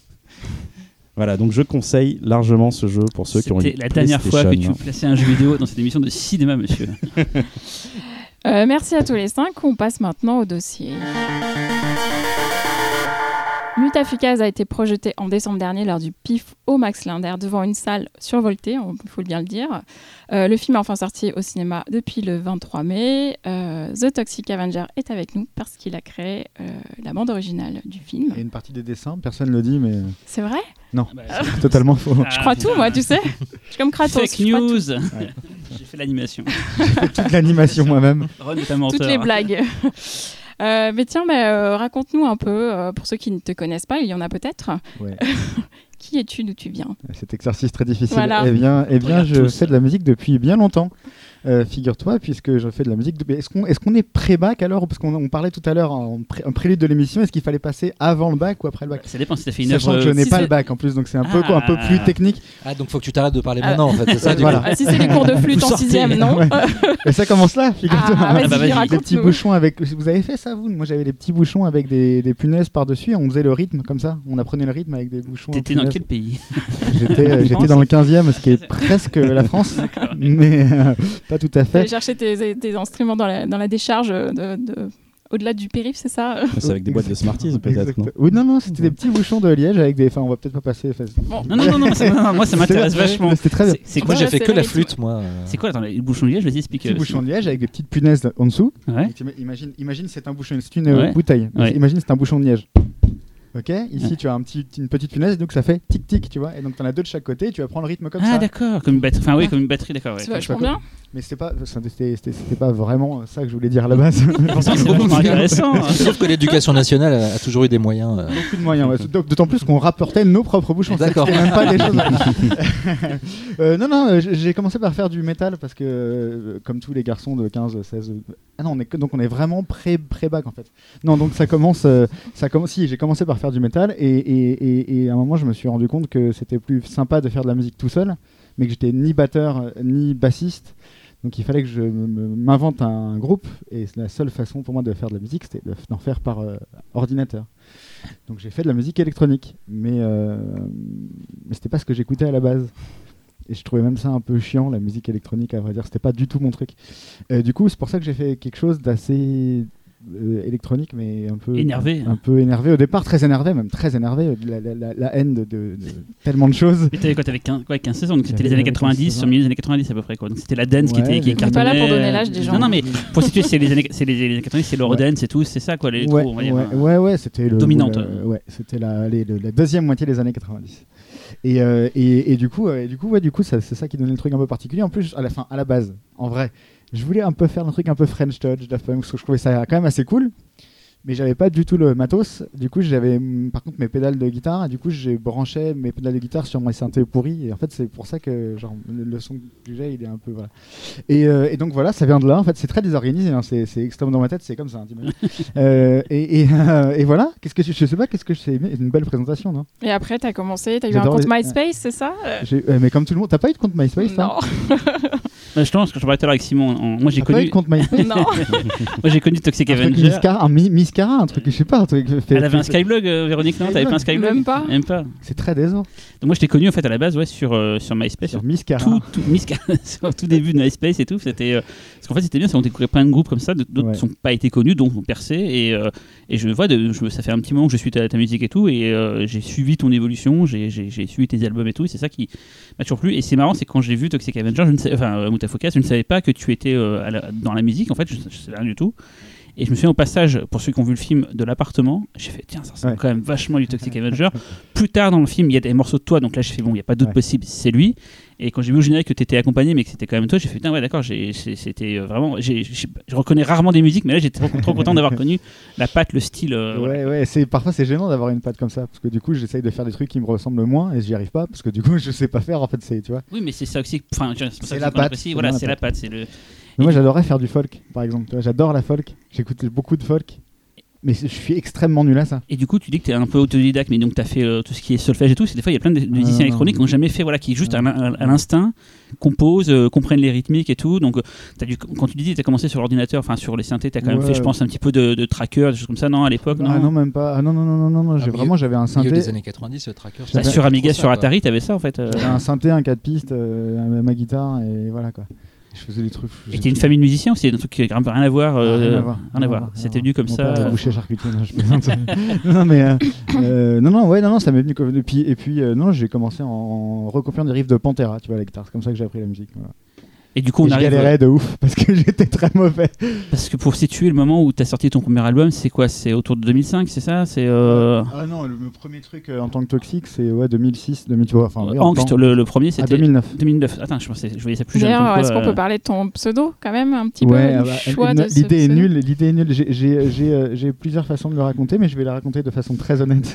Voilà, donc je conseille largement ce jeu pour ceux C'était qui ont eu la dernière fois que tu hein. plaçais un jeu vidéo dans cette émission de cinéma, monsieur. euh, Merci à tous les cinq. On passe maintenant au dossier. Mutafukaz a été projeté en décembre dernier lors du P I F au Max Linder devant une salle survoltée, il faut bien le dire. Euh, le film est enfin sorti au cinéma depuis le vingt-trois mai. Euh, The Toxic Avenger est avec nous parce qu'il a créé euh, la bande originale du film. Il y a une partie des dessins, personne ne le dit, mais... C'est vrai ? Non, bah, c'est totalement faux. Ah, je crois tout, moi, tu sais. Je suis comme Kratos. Fake je news. Ouais. J'ai fait l'animation. J'ai fait toute l'animation moi-même. Ron est un menteur. Toutes les blagues. Euh, mais tiens, mais, euh, raconte-nous un peu, euh, pour ceux qui ne te connaissent pas, il y en a peut-être. Ouais. Qui es-tu, d'où tu viens ? Cet exercice très difficile. Voilà. Eh bien, eh bien je tous. fais de la musique depuis bien longtemps. Euh, figure-toi, puisque je fais de la musique. De... Est-ce qu'on est, qu'on est pré-bac alors ? Parce qu'on on parlait tout à l'heure en, pré- en prélude de l'émission, est-ce qu'il fallait passer avant le bac ou après le bac ? Ça dépend si tu as fait une Sachant œuvre. que je n'ai si pas c'est- le bac en plus, donc c'est un, peu, Ah. un peu plus technique. Ah, donc faut que tu t'arrêtes de parler Ah. maintenant, en fait, c'est ça du Voilà. coup. Ah, si c'est les cours de flûte Vous en sortez. sixième, non Ouais. Et ça commence là, figure-toi. Ah, vas-y, bah, vas-y. Des raconte-nous. petits bouchons avec. Vous avez fait ça, vous ? Moi, j'avais des petits bouchons avec des, des punaises par-dessus et on faisait le rythme comme ça. On apprenait le rythme avec des bouchons. T'étais en dans punaises. quel pays ? J'étais, euh, j'étais dans le quinzième, ce qui est presque la France, mais euh, pas tout à T'allais fait. chercher tes, tes instruments dans la, dans la décharge de, de- au-delà du périph', c'est ça ? C'est avec des boîtes de Smarties peut-être, Exact. non ? Oui, non, non, c'était des petits bouchons de liège avec des. Enfin, on va peut-être pas passer. Enfin, Bon. Non, non, non, non, ça, non, non, moi ça m'intéresse C'était- vachement. C'était très bien. C'est- C'est Moi quoi, j'ai Ouais, fait c'est que le la rythme. flûte, moi. euh. c'est quoi attends, le bouchon de liège ? Vas-y, explique. Petit euh, bouchon de liège avec des petites punaises en dessous. Ouais. Donc, t'ima- Imagine, imagine c'est un bouchon, c'est une euh, Ouais. bouteille. Donc, Ouais. Imagine c'est un bouchon de liège. Ok, ici Ouais. tu as un petit, une petite punaise, donc ça fait tic tic, tu vois. Et donc tu en as deux de chaque côté, et tu vas prendre le rythme comme Ah ça. d'accord, comme une batterie. Enfin oui, Ah. comme une batterie, d'accord. Ouais. C'est vachement bien. Mais c'était pas, c'était, c'était, c'était pas vraiment ça que je voulais dire à la base. Pourtant, c'est vachement intéressant. hein. Je trouve que l'éducation nationale a a toujours eu des moyens. euh. Beaucoup de moyens, ouais. D'aut- d'autant plus qu'on rapportait nos propres bouchons. D'accord. C'était même pas des choses. Euh, non, non, euh, j- j'ai commencé par faire du métal parce que, euh, comme tous les garçons de quinze, seize. euh, Ah non, on est, que- donc on est vraiment pré, pré-bac en fait. Non, donc ça commence. euh, ça commence si, j'ai commencé par faire du métal et, et, et, et à un moment, je me suis rendu compte que c'était plus sympa de faire de la musique tout seul, mais que j'étais ni batteur euh, ni bassiste. Donc il fallait que je me- me- m'invente un groupe et la seule façon pour moi de faire de la musique, c'était de- d'en faire par euh, ordinateur. Donc j'ai fait de la musique électronique, mais, euh, mais c'était pas ce que j'écoutais à la base. Et je trouvais même ça un peu chiant, la musique électronique, à vrai dire. C'était pas du tout mon truc. Euh, du coup, c'est pour ça que j'ai fait quelque chose d'assez euh, électronique, mais un peu Énervé. Un, un peu énervé au départ, très énervé, même très énervé. La, la- la- la haine de, de- de tellement de choses. Mais t'avais quoi, t'avais quinze, quoi, quinze seize ans, donc c'était J'avais les années quinze, quatre-vingt-dix, seize ans. sur le milieu des années quatre-vingt-dix à peu près quoi. Donc c'était la dance qui Ouais, était qui mais- On est pas là pour cartonnait. donner l'âge des gens. Non non mais pour situer c'est les années c'est les, les années quatre-vingt-dix, c'est l'eurodance Ouais. et tout, c'est ça quoi l'électro, Ouais, on va dire. ouais, ouais, ouais, c'était le, Dominante. le- ouais, c'était la, les- le- la deuxième moitié des années quatre-vingt-dix. Et, euh, et, et du coup, euh, et du coup, ouais, du coup, ça, c'est ça qui donnait le truc un peu particulier. En plus, à la fin, à la base, en vrai, je voulais un peu faire un truc un peu French Touch, Daft Punk, parce que je trouvais ça quand même assez cool. Mais j'avais pas du tout le matos. Du coup, j'avais par contre mes pédales de guitare. Et du coup, j'ai branché mes pédales de guitare sur mes synthés pourris. Et en fait, c'est pour ça que genre, le, le son que j'ai, il est un peu voilà. Et, euh, et donc voilà, ça vient de là. En fait, c'est très désorganisé. Hein. C'est, c'est extrêmement dans ma tête. C'est comme ça. Hein, t'imagines. euh, et, et, euh, et voilà. Qu'est-ce que je, je sais pas. Qu'est-ce que c'est une belle présentation, non? Et après, t'as commencé. T'as eu J'adore un compte les- MySpace, c'est ça? J'ai- euh, mais comme tout le monde, t'as pas eu de compte MySpace? Non. Bah, justement, parce que je parlais tout à l'heure avec Simon. en- Moi, j'ai T'as pas eu connu. de compte MySpace? Non. Moi, j'ai connu Toxic Un truc Avenger. Miscara, un mi- Miscara, un truc, je sais pas, un truc. fait- Elle avait un fait- Skyblog, euh, Véronique, non? T'avais pas un Skyblog? Même pas. Même pas. C'est très décevant. Donc moi, je t'ai connu en fait à la base, ouais, sur euh, sur MySpace. Sur Miscara. tout, tout, Miska- sur le tout début de MySpace et tout, c'était euh, parce qu'en fait c'était bien, c'est qu'on découvrait plein de groupes comme ça, d'autres Ouais. qui n'ont pas été connus, d'autres ont percé et euh, et je vois, de, je, ça fait un petit moment que je suis ta, ta musique et tout et euh, j'ai suivi ton évolution, j'ai, j'ai, j'ai suivi tes albums et tout, et c'est ça qui m'a toujours plu. Et c'est marrant, c'est quand j'ai vu Toxic Avenger, je ne savais, enfin euh, Mutafocus, je ne savais pas que tu étais euh, à la- dans la musique, en fait, je, je savais rien du tout. Et je me souviens au passage, pour ceux qui ont vu le film de l'appartement, j'ai fait tiens, ça ressemble Ouais. quand même vachement du Toxic Avenger. Plus tard dans le film, il y a des morceaux de toi, donc là j'ai fait bon, il n'y a pas d'autre Ouais. possible, c'est lui. Et quand j'ai vu au générique que tu étais accompagné, mais que c'était quand même toi, j'ai fait putain, ouais, d'accord, j'ai, c'est- c'était euh, vraiment. J'ai, j'ai- je reconnais rarement des musiques, mais là j'étais trop, trop content d'avoir connu la patte, le style. euh, voilà. Ouais, ouais, c'est, parfois c'est gênant d'avoir une patte comme ça, parce que du coup j'essaye de faire des trucs qui me ressemblent moins et j'y arrive pas, parce que du coup je sais pas faire en fait, c'est, tu vois. Oui, mais c'est ça aussi. Enfin, c'est, pour ça C'est que la qu'on patte, apprécie. c'est Voilà, bien la c'est la patte. C'est le. Mais moi j'adorais faire du folk, par exemple, tu vois, j'adore la folk, j'écoute beaucoup de folk, mais je suis extrêmement nul à ça. Et du coup, tu dis que tu es un peu autodidacte, mais donc tu as fait euh, tout ce qui est solfège et tout. C'est des fois, il y a plein de de musiciens non, électroniques qui non. n'ont jamais fait, voilà, qui juste Ouais. à, l'in- à l'instinct composent, euh, comprennent les rythmiques et tout. Donc, euh, t'as dû, quand tu dis que tu as commencé sur l'ordinateur, enfin sur les synthés, tu as quand même Ouais. fait, je pense, un petit peu de, de tracker, des choses comme ça, non, à l'époque, Ah non, non, même pas, ah non, non, non, non, non, non, j'ai milieu- vraiment, j'avais un Milieu synthé, des années quatre-vingt-dix, le tracker. Bah, c'était sur Amiga, trop ça, sur quoi. Atari, tu avais ça en fait. euh. j'avais un synthé, un quatre pistes, euh, ma guitare, et voilà quoi. Je faisais des trucs. Et t'es une famille de musiciens ou c'est un truc qui n'a rien à voir euh, rien à voir. rien à voir. C'était venu comme Mon ça. père est euh, boucher charcutier, non, je plaisante. non, non, mais euh, euh, non, non, ouais, non, non, ça m'est venu comme depuis. Et puis, euh, non, j'ai commencé en, en recopiant des riffs de Pantera, tu vois, la guitare. C'est comme ça que j'ai appris la musique. Voilà. Et du coup, Et on je arrive. galérais de ouf parce que j'étais très mauvais. Parce que pour situer le moment où tu as sorti ton premier album, c'est quoi? C'est autour de deux mille cinq, c'est ça? C'est euh... Ah non, le, le premier truc euh, en tant que toxique, c'est ouais, deux mille six, deux mille, tu vois, enfin, oui, en Angst, temps- le, le premier, à c'était deux mille neuf. deux mille neuf. Attends, je, pensais, je voyais ça plus jeune. D'ailleurs, comme est-ce quoi, qu'on peut euh, parler de ton pseudo quand même un petit Ouais, peu ah du bah, choix euh, de ce l'idée est pseudo nulle. L'idée est nulle. J'ai, j'ai, j'ai, euh, j'ai plusieurs façons de le raconter, mais je vais la raconter de façon très honnête.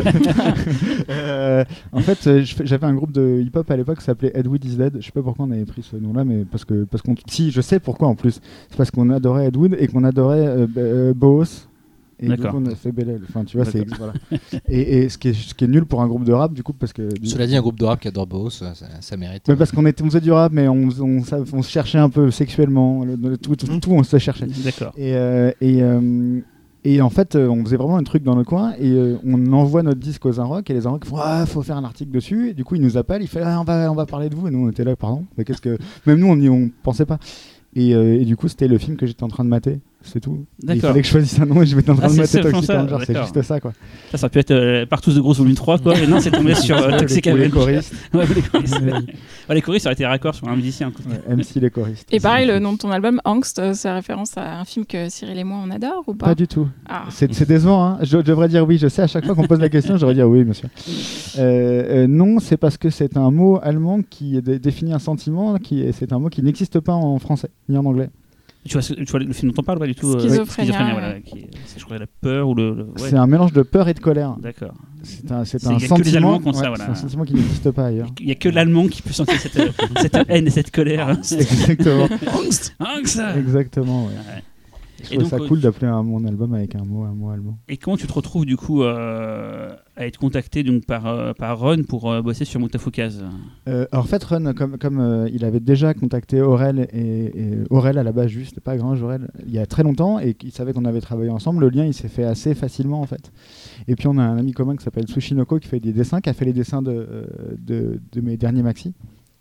Euh, en fait, euh, je fais- j'avais un groupe de hip-hop à l'époque qui s'appelait Edwood is Dead. Je sais pas pourquoi on avait pris ce nom-là, mais parce que parce qu'on, si, je sais pourquoi en plus. C'est parce qu'on adorait Edwood et qu'on adorait euh, B- euh, Boos. Et du coup, D'accord. on a fait Bellel. Enfin, tu vois, c'est voilà. et, et ce qui est ce qui est nul pour un groupe de rap, du coup, parce que. Cela dit, un groupe de rap qui adore Boos, ça, ça, ça mérite. Mais parce qu'on était, on faisait du rap, mais on, on, ça- on se cherchait un peu sexuellement, le- le- tout, tout, tout, on se cherchait. D'accord. Et, euh, et, euh, et en fait, euh, on faisait vraiment un truc dans le coin et euh, on envoie notre disque aux Inrock et les Inrock font ah, faut faire un article dessus. Et du coup, ils nous appellent, ils font ah, on va on va parler de vous. Et nous, on était là, pardon. Mais qu'est-ce que même nous, on y on pensait pas. Et, euh, et du coup, c'était le film que j'étais en train de mater. C'est tout. Et il D'accord. fallait que je choisisse un nom et je m'étais en train Ah, de c'est mater seulement Toxic ça, Avenger. C'est d'accord. juste ça, quoi. Ça, ça peut être euh, Partous de Grosse Volume trois, quoi. Et non, c'est tombé sur euh, Toxic Ou les Avenger. choristes. Ouais, les choristes. Ouais, les choristes, ça aurait été raccord sur un musicien. quoi. Ouais, M C les choristes. Et pareil, le nom de ton album, Angst, euh, c'est référence à un film que Cyril et moi on adore ou pas? Pas du tout. Ah. C'est c'est décevant, hein. Je, je devrais dire oui. Je sais, à chaque fois qu'on pose la question, je devrais dire oui, monsieur. Euh, euh, non, c'est parce que c'est un mot allemand qui dé- définit un sentiment, qui est, c'est un mot qui n'existe pas en français ni en anglais. Tu vois, ce- tu vois le film dont on parle, pas du tout. euh, Schizophrénia, voilà, ouais. qui est- c'est, je crois, la peur ou le. le- ouais, C'est un mélange de peur et de colère. D'accord. C'est un, c'est C'est- un y a que les sentiment. Allemands qui ont ça, ouais, voilà. c'est un sentiment qui n'existe pas ailleurs. Il n'y a que l'allemand qui peut sentir cette, euh, cette haine et cette colère. Exactement. Angst Angst Exactement. Ouais. Ouais. Je Et trouve donc, ça euh, cool d'appeler un, mon album avec un mot, un mot allemand. Et comment tu te retrouves du coup euh, à être contacté donc, par, euh, par Ron pour euh, bosser sur Mutafocus? Euh, alors, en fait, Ron, comme, comme euh, il avait déjà contacté Aurel, et, et Aurel à la base, juste, pas grand Aurel, il y a très longtemps, et qu'il savait qu'on avait travaillé ensemble, le lien il s'est fait assez facilement en fait. Et puis on a un ami commun qui s'appelle Sushinoko qui fait des dessins, qui a fait les dessins de, euh, de, de mes derniers maxi.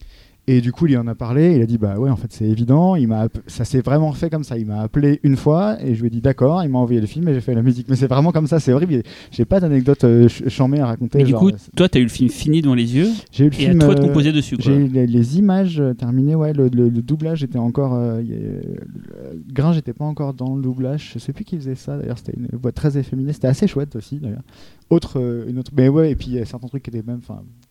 Et du coup, il en a parlé, il a dit bah ouais, en fait, c'est évident. Il m'a, app- ça s'est vraiment fait comme ça. Il m'a appelé une fois et je lui ai dit d'accord. Il m'a envoyé le film et j'ai fait la musique. Mais c'est vraiment comme ça, c'est horrible. J'ai pas d'anecdote euh, ch- chambée à raconter. Et du genre, coup, euh, toi, tu as eu le film fini devant les yeux j'ai eu le et film. à toi de euh, composer dessus. Quoi. J'ai eu les, les images euh, terminées, ouais. Le, le- le doublage était encore. Euh, y a- euh, Gringe n'était pas encore dans le doublage. Je sais plus qui faisait ça. D'ailleurs, c'était une voix très efféminée. C'était assez chouette aussi, d'ailleurs. Autre, euh, une autre. Mais ouais, et puis il y a certains trucs qui étaient même. Enfin,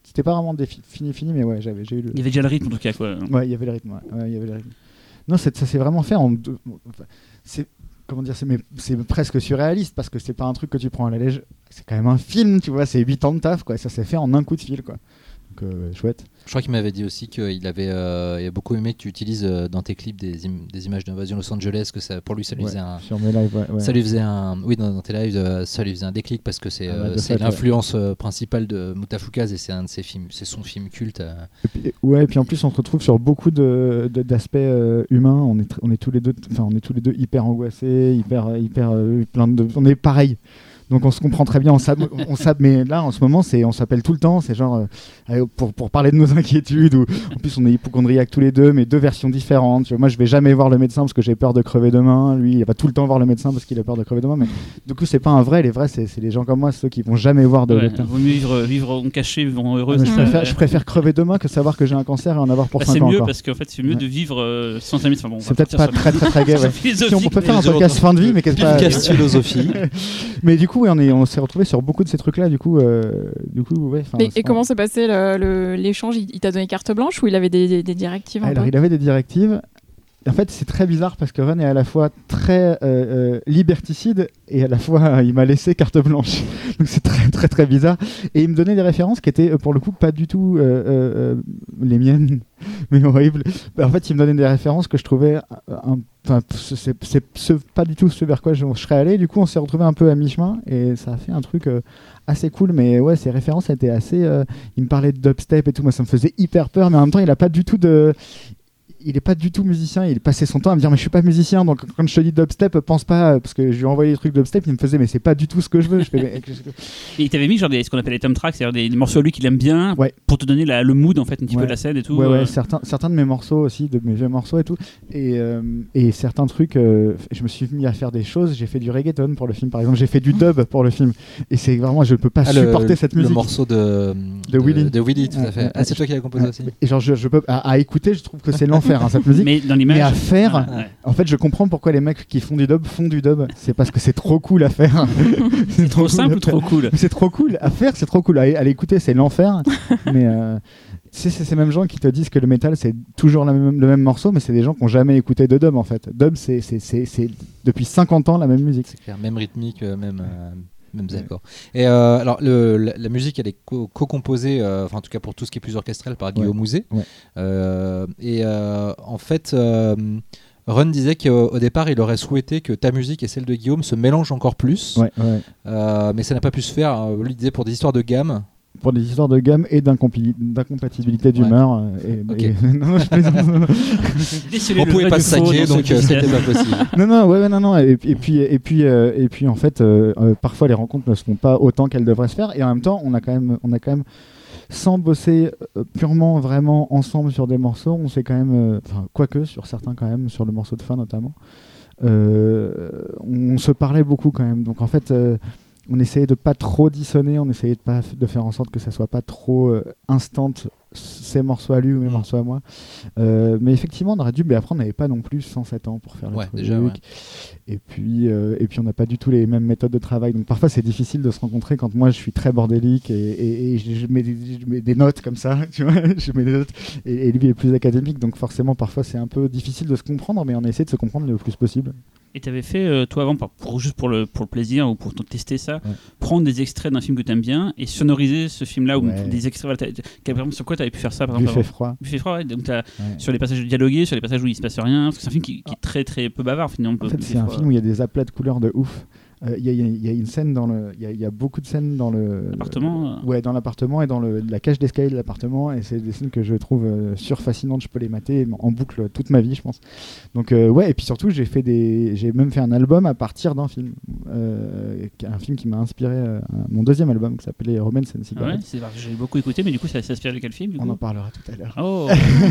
c'était pas vraiment défi- fini fini, mais ouais, j'avais j'ai eu le. Il y avait déjà le rythme en tout cas quoi. Ouais, il y avait le rythme. Ouais, ouais, il y avait le rythme. Non, c'est, ça s'est vraiment fait en deux. Enfin, c'est comment dire, c'est, mais, c'est presque surréaliste parce que c'est pas un truc que tu prends à la légère. C'est quand même un film, tu vois. C'est huit ans de taf, quoi. Ça s'est fait en un coup de fil, quoi. Donc euh, chouette. Je crois qu'il m'avait dit aussi qu'il avait euh, il a beaucoup aimé que tu utilises euh, dans tes clips des, im- des images d'invasion Los Angeles, que ça, pour lui ça lui Ouais, faisait un sur mes lives, ouais, ouais. ça lui faisait un oui dans, dans tes lives euh, ça lui faisait un déclic parce que c'est, Ah, bah, euh, de c'est fait, l'influence euh, principale de Moutafoukaz et c'est un de ses films, c'est son film culte. euh. Et puis, ouais, et puis en plus on se retrouve sur beaucoup de, de, d'aspects euh, humains. On est, tr- on est tous les deux, enfin on est tous les deux hyper angoissés, hyper, hyper, euh, plein de, on est pareil. Donc on se comprend très bien, on s'ab- on s'ab- mais là en ce moment c'est, on s'appelle tout le temps, c'est genre euh, pour, pour parler de nos inquiétudes, ou en plus on est hypochondriaques tous les deux, mais deux versions différentes. Tu vois, moi je vais jamais voir le médecin parce que j'ai peur de crever demain, lui il va tout le temps voir le médecin parce qu'il a peur de crever demain, mais du coup c'est pas un vrai, les vrais c'est, c'est les gens comme moi, ceux qui vont jamais voir de Ouais, médecin. vaut mieux vivre, vivre en caché, vivre en heureux. Ah, mais je, ça- préfère, je préfère crever demain que savoir que j'ai un cancer et en avoir pour Bah, cinq c'est ans mieux encore. parce qu'en fait c'est mieux Ouais. de vivre euh, sans amis. Enfin, bon, on C'est va peut-être pas partir très sur très très gay. le- Ouais. philosophique, Si on peut faire un mais- podcast fin de vie, mais qu'est-ce pas. Podcast philosophie. Mais du coup, ouais, on, est, on s'est retrouvé sur beaucoup de ces trucs-là. Du coup, euh, du coup, ouais. Mais, et comment s'est passé le, le- l'échange il, il t'a donné carte blanche ou il avait des, des, des directives un Alors, peu il avait des directives. En fait, c'est très bizarre parce que Ron est à la fois très euh, euh, liberticide et à la fois euh, il m'a laissé carte blanche. Donc c'est très très très bizarre. Et il me donnait des références qui étaient euh, pour le coup pas du tout euh, euh, euh, les miennes, mais horribles. Bah, en fait, il me donnait des références que je trouvais, enfin, c'est, c'est, c'est pas du tout ce vers quoi je, je serais allé. Du coup, on s'est retrouvé un peu à mi-chemin et ça a fait un truc euh, assez cool. Mais ouais, ces références étaient assez. Euh, il me parlait de dubstep et tout. Moi, ça me faisait hyper peur, mais en même temps, il a pas du tout de. Il est pas du tout musicien, il passait son temps à me dire mais je suis pas musicien, donc quand je te dis dubstep pense pas, parce que je lui ai envoyé des trucs dubstep, il me faisait mais c'est pas du tout ce que je veux. Je fais, mais... Et il t'avait mis genre des, ce qu'on appelle les thumb tracks, c'est-à-dire des, des morceaux à lui qu'il aime bien, ouais. pour te donner la, le mood en fait un petit ouais. peu de la scène et tout. Ouais, euh... ouais, certains, certains de mes morceaux aussi, de mes vieux morceaux et tout, et, euh, et certains trucs, euh, je me suis mis à faire des choses, j'ai fait du reggaeton pour le film par exemple, j'ai fait du dub pour le film, et c'est vraiment, je peux pas ah, supporter le, cette musique. Le morceau de, de, de Willy. De Willy, tout à fait. Ouais, ah, c'est toi qui l'as composé ouais, aussi. Et genre, je, je peux, à, à écouter, je trouve que c'est l'enfer hein, cette musique. Mais dans l'image. Mais à faire, ah, ouais. En fait, je comprends pourquoi les mecs qui font du dub font du dub. C'est parce que c'est trop cool à faire. c'est trop simple ou trop cool. C'est trop cool à faire, c'est trop cool à, à l'écouter, c'est l'enfer. Mais euh, c'est, c'est ces mêmes gens qui te disent que le métal c'est toujours la même, le même morceau, mais c'est des gens qui n'ont jamais écouté de dub en fait. Dub, c'est, c'est, c'est, c'est depuis cinquante ans la même musique. C'est clair, même rythmique, même. Euh... Mêmes accords. Et euh, alors, le, la, la musique, elle est co- co-composée, euh, enfin, en tout cas pour tout ce qui est plus orchestral, par Guillaume ouais. Mouzet. Ouais. Euh, et euh, en fait, euh, Ron disait qu'au départ, il aurait souhaité que ta musique et celle de Guillaume se mélangent encore plus. Ouais, ouais. Euh, mais ça n'a pas pu se faire. Lui disait pour des histoires de gamme. Pour des histoires de gamme et d'incompi- d'incompatibilité d'humeur. Ouais. Et, okay. et... non, je plaisante. On pouvait pas se saquer, donc euh, c'était pas possible. Non, non, ouais, ouais, non, non. Et, et puis, et puis, euh, et puis, en fait, euh, euh, parfois les rencontres ne se font pas autant qu'elles devraient se faire. Et en même temps, on a quand même, on a quand même, sans bosser euh, purement, vraiment ensemble sur des morceaux, on s'est quand même, enfin, euh, quoique sur certains quand même, sur le morceau de fin notamment, euh, on se parlait beaucoup quand même. Donc en fait. Euh, On essayait de pas trop dissonner, on essayait de pas f- de faire en sorte que ça soit pas trop euh, instant ses morceaux à lui ou mes mmh. morceaux à moi. Euh, mais effectivement, on aurait dû. Mais après, on n'avait pas non plus cent sept ans pour faire le ouais, truc. Déjà, ouais. Et puis, euh, et puis, on n'a pas du tout les mêmes méthodes de travail. Donc parfois, c'est difficile de se rencontrer quand moi, je suis très bordélique et, et, et je, mets des, je mets des notes comme ça, tu vois. Je mets des notes. Et, et lui est plus académique, donc forcément, parfois, c'est un peu difficile de se comprendre, mais on essaie de se comprendre le plus possible. Et tu avais fait, euh, toi avant, pour, pour, juste pour le, pour le plaisir ou pour tester ça, ouais. prendre des extraits d'un film que tu aimes bien et sonoriser ce film-là, ouais. ou des extraits. Voilà, par exemple, sur quoi tu avais pu faire ça par Buffet exemple, froid. Buffet froid, ouais. Donc, t'as, ouais. sur les passages dialogués, sur les passages où il se passe rien, parce que c'est un film qui, qui est très très peu bavard finalement. En fait, c'est un film où il y a des aplats de couleurs de ouf. Il euh, y, y, y a une scène dans le, il y, y a beaucoup de scènes dans le l'appartement. Le, ouais, dans l'appartement et dans le, la cage d'escalier de l'appartement, et c'est des scènes que je trouve euh, surfascinantes. Je peux les mater en boucle toute ma vie, je pense. Donc euh, ouais, et puis surtout, j'ai fait des, j'ai même fait un album à partir d'un film, euh, un film qui m'a inspiré euh, mon deuxième album qui s'appelait Romance and Cigarettes. Ah ouais, c'est, j'ai beaucoup écouté, mais du coup, ça s'inspire de quel film du coup ? On en parlera tout à l'heure. Oh.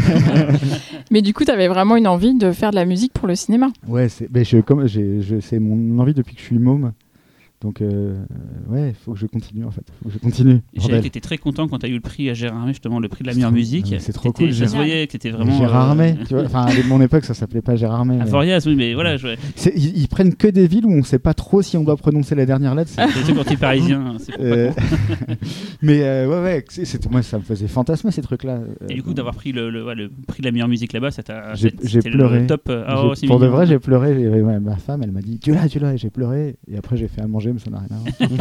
Mais du coup, tu avais vraiment une envie de faire de la musique pour le cinéma. Ouais, c'est, ben je, comme, j'ai, je, c'est mon envie depuis que je suis môme. Donc, euh, ouais, il faut que je continue en fait. Faut que je continue. J'ai été très content quand tu as eu le prix à Gérard Armé, justement, le prix de la meilleure musique. C'est trop cool. Ça se voyait que t'étais vraiment. Gérard Armé, euh... tu vois. Enfin, à mon époque, ça s'appelait pas Gérard Armé. À mais... Forias, oui, mais voilà. Je... Ils, ils prennent que des villes où on sait pas trop si on doit prononcer la dernière lettre. C'est c'est quand t'es parisien. C'est euh... mais euh, ouais, ouais, c'est, c'est, moi, ça me faisait fantasmer ces trucs-là. Et du coup, d'avoir pris le, le, ouais, le prix de la meilleure musique là-bas, ça t'a. J'ai, j'ai pleuré. Le top. Ah, oh, pour de vrai, j'ai pleuré. J'ai... Ouais, ma femme, elle m'a dit tu l'as, tu l'as, et j'ai pleuré. Et après, j'ai fait à manger, mais ça n'a rien à voir.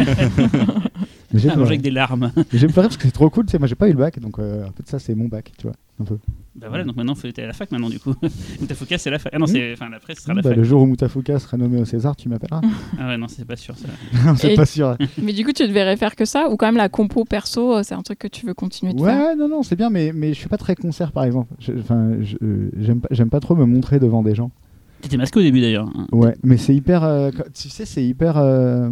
Mais j'ai ah, avec des larmes. J'ai pleuré parce que c'est trop cool, tu sais, moi j'ai pas eu le bac, donc euh, en fait ça c'est mon bac, tu vois, un peu. Bah voilà, donc maintenant t'es à la fac maintenant du coup. Moutafouka c'est la fac. Ah non, c'est enfin après ce sera la bah, fac. Le jour où Moutafouka sera nommé au César, tu m'appelleras. Ah ouais, non, c'est pas sûr ça. Non, c'est Et... pas sûr. Mais du coup, tu devrais faire que ça ou quand même la compo perso, c'est un truc que tu veux continuer de ouais, faire. Ouais, non non, c'est bien, mais mais je suis pas très concert par exemple. Enfin, je, euh, j'aime pas j'aime pas trop me montrer devant des gens. T'étais masqué au début d'ailleurs. Ouais, mais c'est hyper euh, tu sais, c'est hyper euh,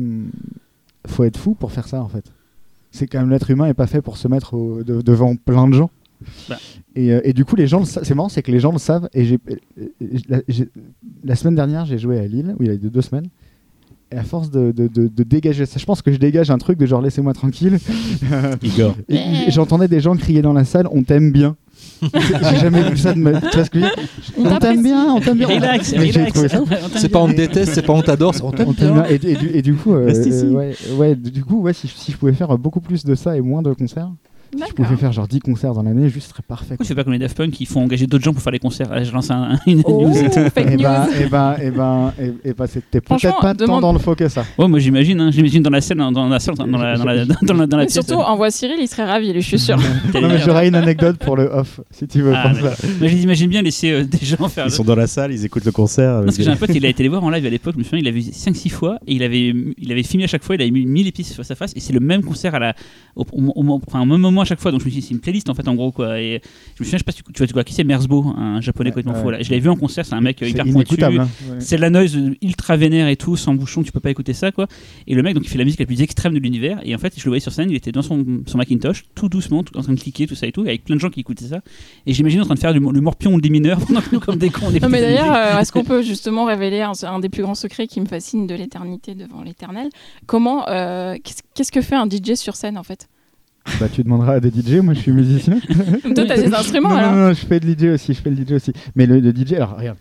faut être fou pour faire ça en fait. C'est quand même l'être humain est pas fait pour se mettre au, de, devant plein de gens. Bah. Et, euh, et du coup, les gens, c'est marrant, c'est que les gens le savent. Et j'ai, la, j'ai, la semaine dernière, j'ai joué à Lille, où il y a deux semaines. Et à force de, de, de, de dégager ça, je pense que je dégage un truc de genre laissez-moi tranquille. Igor. Et, et j'entendais des gens crier dans la salle, on t'aime bien. J'ai jamais vu ça de ma... Tu vois ce que je veux dire ? On, on t'aime bien, on t'aime bien. Relax, relax. Ça, c'est pas on te déteste, c'est pas on t'adore, c'est on t'aime, on t'aime bien. bien. Et, et, du, et du coup, euh, euh, ouais, ouais, du coup, ouais, si, si je pouvais faire beaucoup plus de ça et moins de concerts. D'accord. Si je pouvais faire genre dix concerts dans l'année, juste ce serait parfait. Pourquoi tu fais pas comme les Daft Punk qui font engager d'autres gens pour faire les concerts ? Allez, je lance un, une oh, news. Et bah, et bah, et bah, et bah, c'était peut-être pas demande... tant dans le faux que ça. Ouais, moi j'imagine, hein, j'imagine dans la scène, dans, dans la salle, dans la, dans la, dans la, dans la pièce. Surtout, envoie Cyril, il serait ravi, je suis sûr. Non, mais j'aurais une anecdote pour le off, si tu veux. Ah, mais, mais j'imagine bien laisser euh, des gens faire. Ils le... sont dans la salle, ils écoutent le concert. Parce que j'ai un pote, il a été les voir en live à l'époque, je me souviens, il l'a vu cinq six fois et il avait, il avait filmé à chaque fois, il avait mis mille épices face à face et c'est le même concert à la, au, au, au, enfin, au même moment à chaque fois. Donc je me suis dit, c'est une playlist en fait, en gros. Quoi. Et je me souviens, je sais pas si tu, tu vois, tu vois qui c'est, Merzbow, un japonais complètement ouais, fou. Ouais. Je l'avais vu en concert, c'est un mec c'est hyper pointu. Hein. Ouais. C'est de la noise ultra vénère et tout, sans bouchon, tu peux pas écouter ça. Quoi. Et le mec, donc, il fait la musique la plus extrême de l'univers. Et en fait, je le voyais sur scène, il était dans son, son Macintosh, tout doucement, tout, en train de cliquer, tout ça et tout, avec plein de gens qui écoutaient ça. Et j'imagine en train de faire du, le morpion ou le mineur pendant que nous, comme des cons, on est non, mais d'ailleurs, euh, est-ce qu'on peut justement révéler un, un des plus grands secrets qui me fascine de l'éternité devant l'éternel ? Comment, euh, qu'est-ce, qu'est-ce que fait un D J sur scène en fait ? Bah tu demanderas à des D J, moi je suis musicien. Toi t'as des instruments non, alors non, non, je fais le D J aussi, je fais le D J aussi. Mais le, le D J, alors regarde.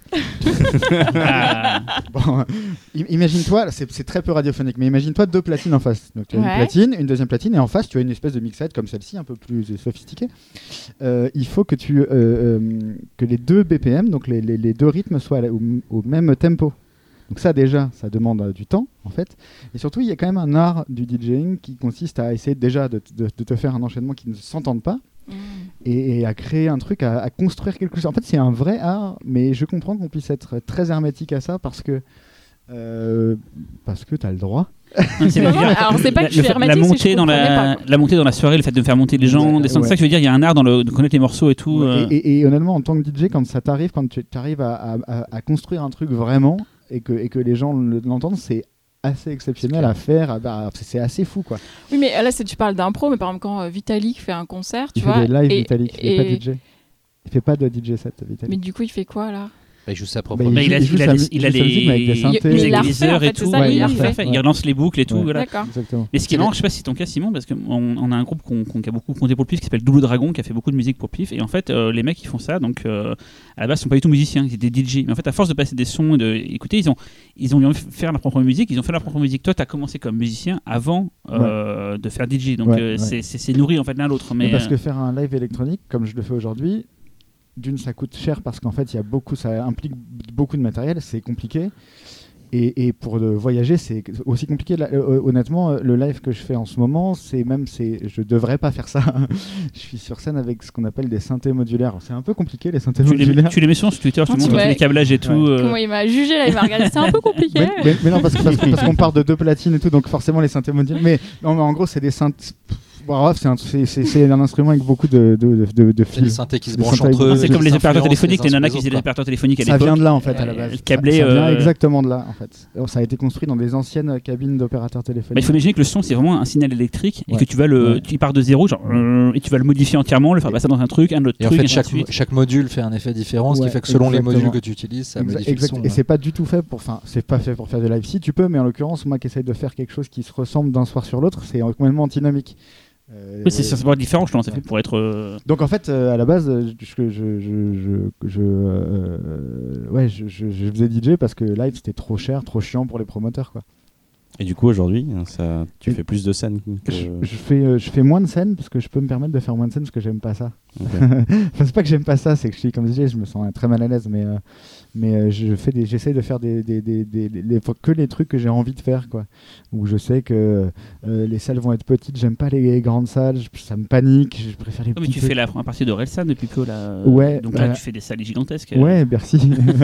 Bon, imagine-toi, c'est, c'est très peu radiophonique, mais imagine-toi deux platines en face. Donc tu as ouais. une platine, une deuxième platine, et en face tu as une espèce de mixette comme celle-ci, un peu plus sophistiquée. Euh, il faut que, tu, euh, euh, que les deux B P M, donc les, les, les deux rythmes soient au, au même tempo. Donc ça déjà, ça demande euh, du temps en fait. Et surtout, il y a quand même un art du DJing qui consiste à essayer déjà de, de, de te faire un enchaînement qui ne s'entende pas mmh. et, et à créer un truc, à, à construire quelque chose. En fait, c'est un vrai art, mais je comprends qu'on puisse être très hermétique à ça parce que euh, parce que t'as le droit. Non, c'est non, non, alors c'est pas que je suis hermétique, la montée si je dans la, la montée dans la soirée, le fait de faire monter les gens, des sons ouais. ça, je veux dire, il y a un art dans le de connaître les morceaux et tout. Ouais, euh... et, et, et honnêtement, en tant que D J, quand ça t'arrive, quand tu arrives à, à, à, à construire un truc vraiment et que et que les gens l'entendent, c'est assez exceptionnel à faire, bah, c'est assez fou quoi. Oui, mais là c'est, tu parles d'impro, mais par exemple quand euh, Vitalik fait un concert, tu il vois, fait des lives, et, Vitalik, il et... fait pas de D J. Il fait pas de D J set, Vitalik. Mais du coup, il fait quoi là ? Bah, il joue sa propre bah, musique. Il, il, il, il, il, il a les lasers et tout, ça, il, il, refait, il relance les boucles et tout. Ouais. Voilà. Exactement. Et ce qui est marrant, je sais pas si c'est ton cas Simon, parce qu'on on a un groupe qu'on, qu'on, qui a beaucoup compté pour le Pif qui s'appelle Double Dragon, qui a fait beaucoup de musique pour le Pif. Et en fait, euh, les mecs qui font ça, donc euh, à la base, ils sont pas du tout musiciens, ils étaient D J. Mais en fait, à force de passer des sons et d'écouter, ils ont, ils ont envie de faire leur propre musique. Ils ont fait leur propre musique. Toi, tu as commencé comme musicien avant euh, ouais. de faire D J, donc ouais, euh, ouais. C'est, c'est, c'est nourri en fait l'un l'autre. Mais, mais parce euh... que faire un live électronique, comme je le fais aujourd'hui. D'une, ça coûte cher parce qu'en fait, il y a beaucoup, ça implique beaucoup de matériel, c'est compliqué. Et, et pour de voyager, c'est aussi compliqué. Là, euh, honnêtement, le live que je fais en ce moment, c'est même, c'est, je devrais pas faire ça. Je suis sur scène avec ce qu'on appelle des synthés modulaires. C'est un peu compliqué les synthés tu modulaires. Les, tu les mets sur Twitter, tu montres ouais. les câblages et tout. Ouais. Euh... Comment il m'a jugé là, il m'a regardé. C'est un peu compliqué. mais, mais, mais non, parce, que, parce, parce qu'on part de deux platines et tout, donc forcément les synthés modulaires. Mais, non, mais en gros, c'est des synthés. Bon, bref, c'est un, c'est, c'est, c'est un instrument avec beaucoup de, de, de, de C'est des fils. synthés qui se Des branchent synthés- entre eux. Ah, c'est qui comme les opérateurs s'influencent téléphoniques, les uns nanas sur qui faisaient les des autres, opérateurs téléphoniques à Ça l'époque. vient de là en fait à la Euh, base. le câblé, ça, ça vient euh, exactement de là en fait. Ça a été construit dans des anciennes cabines d'opérateurs Bah, il téléphoniques. faut imaginer que le son c'est vraiment un signal électrique et Ouais. que tu vas le, Ouais. tu pars de zéro genre euh, et tu vas le modifier entièrement, le faire passer dans un truc, un autre Et en truc. fait, ainsi chaque, de suite. chaque module fait un effet différent, ce Ouais, qui fait que selon exactement. les modules que tu utilises, ça Exa- modifie exact. le son. Et c'est pas du tout fait pour. Enfin, c'est pas fait pour faire de live. Si tu peux, mais en l'occurrence, moi qui essaye de faire quelque chose qui se ressemble d'un soir sur l'autre, c'est complètement antinomique. Euh, Oui, c'est ça, c'est pas différent, je pense. C'est fait pour être. euh, Donc en fait, euh, à la base, euh, je, je, je, je, je, euh, ouais, je, je, je faisais D J parce que live c'était trop cher, trop chiant pour les promoteurs, quoi. Et du coup, aujourd'hui, ça, tu Et- fais plus de scènes que... Je, je fais, euh, je fais moins de scènes parce que je peux me permettre de faire moins de scènes parce que j'aime pas ça. Ok. Enfin, c'est pas que j'aime pas ça, c'est que je suis comme D J, je me sens euh, très mal à l'aise, mais euh, mais euh, je fais des, j'essaye de faire des, des, des, des, des- les- que les trucs que j'ai envie de faire, quoi. Où je sais que euh, les salles vont être petites, j'aime pas les grandes salles, je- ça me panique, je préfère les Oh, mais petits tu trucs. fais la première partie de Relsan depuis peu là. Ouais, Donc là, bah- tu fais des salles gigantesques. Ouais, merci.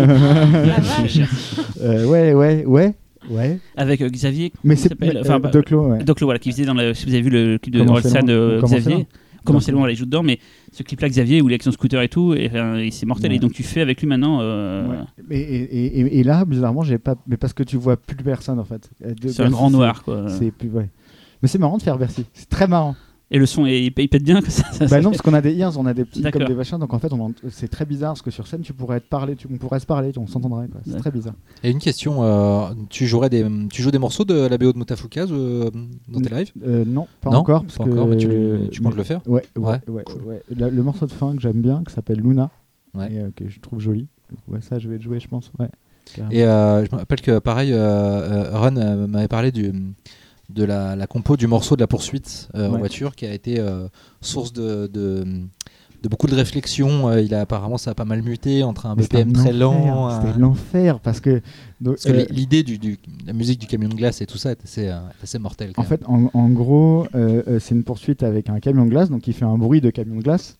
La vache. Euh, ouais, ouais, ouais, ouais. Avec euh, Xavier. Mais comment il c'est s'appelle euh, Enfin, bah, de Clos, ouais. Donc voilà, qui faisait dans le, si vous avez vu le clip de Comment c'est Relsan, loin euh, Comment c'est Xavier. loin Comment c'est loin, là, il joue dedans, mais ce clip-là, Xavier, où il est avec son scooter et tout, et, euh, et c'est mortel. Ouais. Et donc tu fais avec lui maintenant. euh, Ouais. Et, et, et, et là, bizarrement, j'ai pas. Mais parce que tu vois plus personne en fait. Euh, de- C'est un Bercy, grand noir, quoi. C'est plus, ouais. Mais c'est marrant de faire Bercy. C'est très marrant. Et le son, est- il pète bien. Que ça, ça, Bah ça non, fait- parce qu'on a des ears, on a des petits D'accord. comme des machins. Donc en fait, on en- c'est très bizarre parce que sur scène, tu pourrais te parler, tu, on pourrait se parler, on s'entendrait. Quoi. C'est D'accord. très bizarre. Et une question, euh, tu, jouerais des, tu joues des morceaux de la B O de Mutafuka euh, dans tes lives Euh, non, pas Non, encore. Parce pas que encore, mais tu, tu comptes mais- le faire Ouais, ouais, Ouais, ouais. cool. ouais. La- le morceau de fin que j'aime bien, qui s'appelle Luna, Ouais. et euh, que je trouve joli. Ouais, ça, je vais le jouer, je pense. Ouais. Carrément. Et euh, je me rappelle que pareil, euh, euh, Ron euh, m'avait parlé du, de la, la compo du morceau de la poursuite euh, en Ouais. voiture qui a été euh, source de, de, de beaucoup de réflexions. Euh, il a apparemment ça a pas mal muté entre un Mais B P M c'était un très lent. enfer, un- C'était l'enfer parce que. donc, Parce que euh, l'idée du, du la musique du camion de glace et tout ça est assez, euh, est assez mortel. En fait, en, en gros, euh, euh, c'est une poursuite avec un camion de glace, donc il fait un bruit de camion de glace.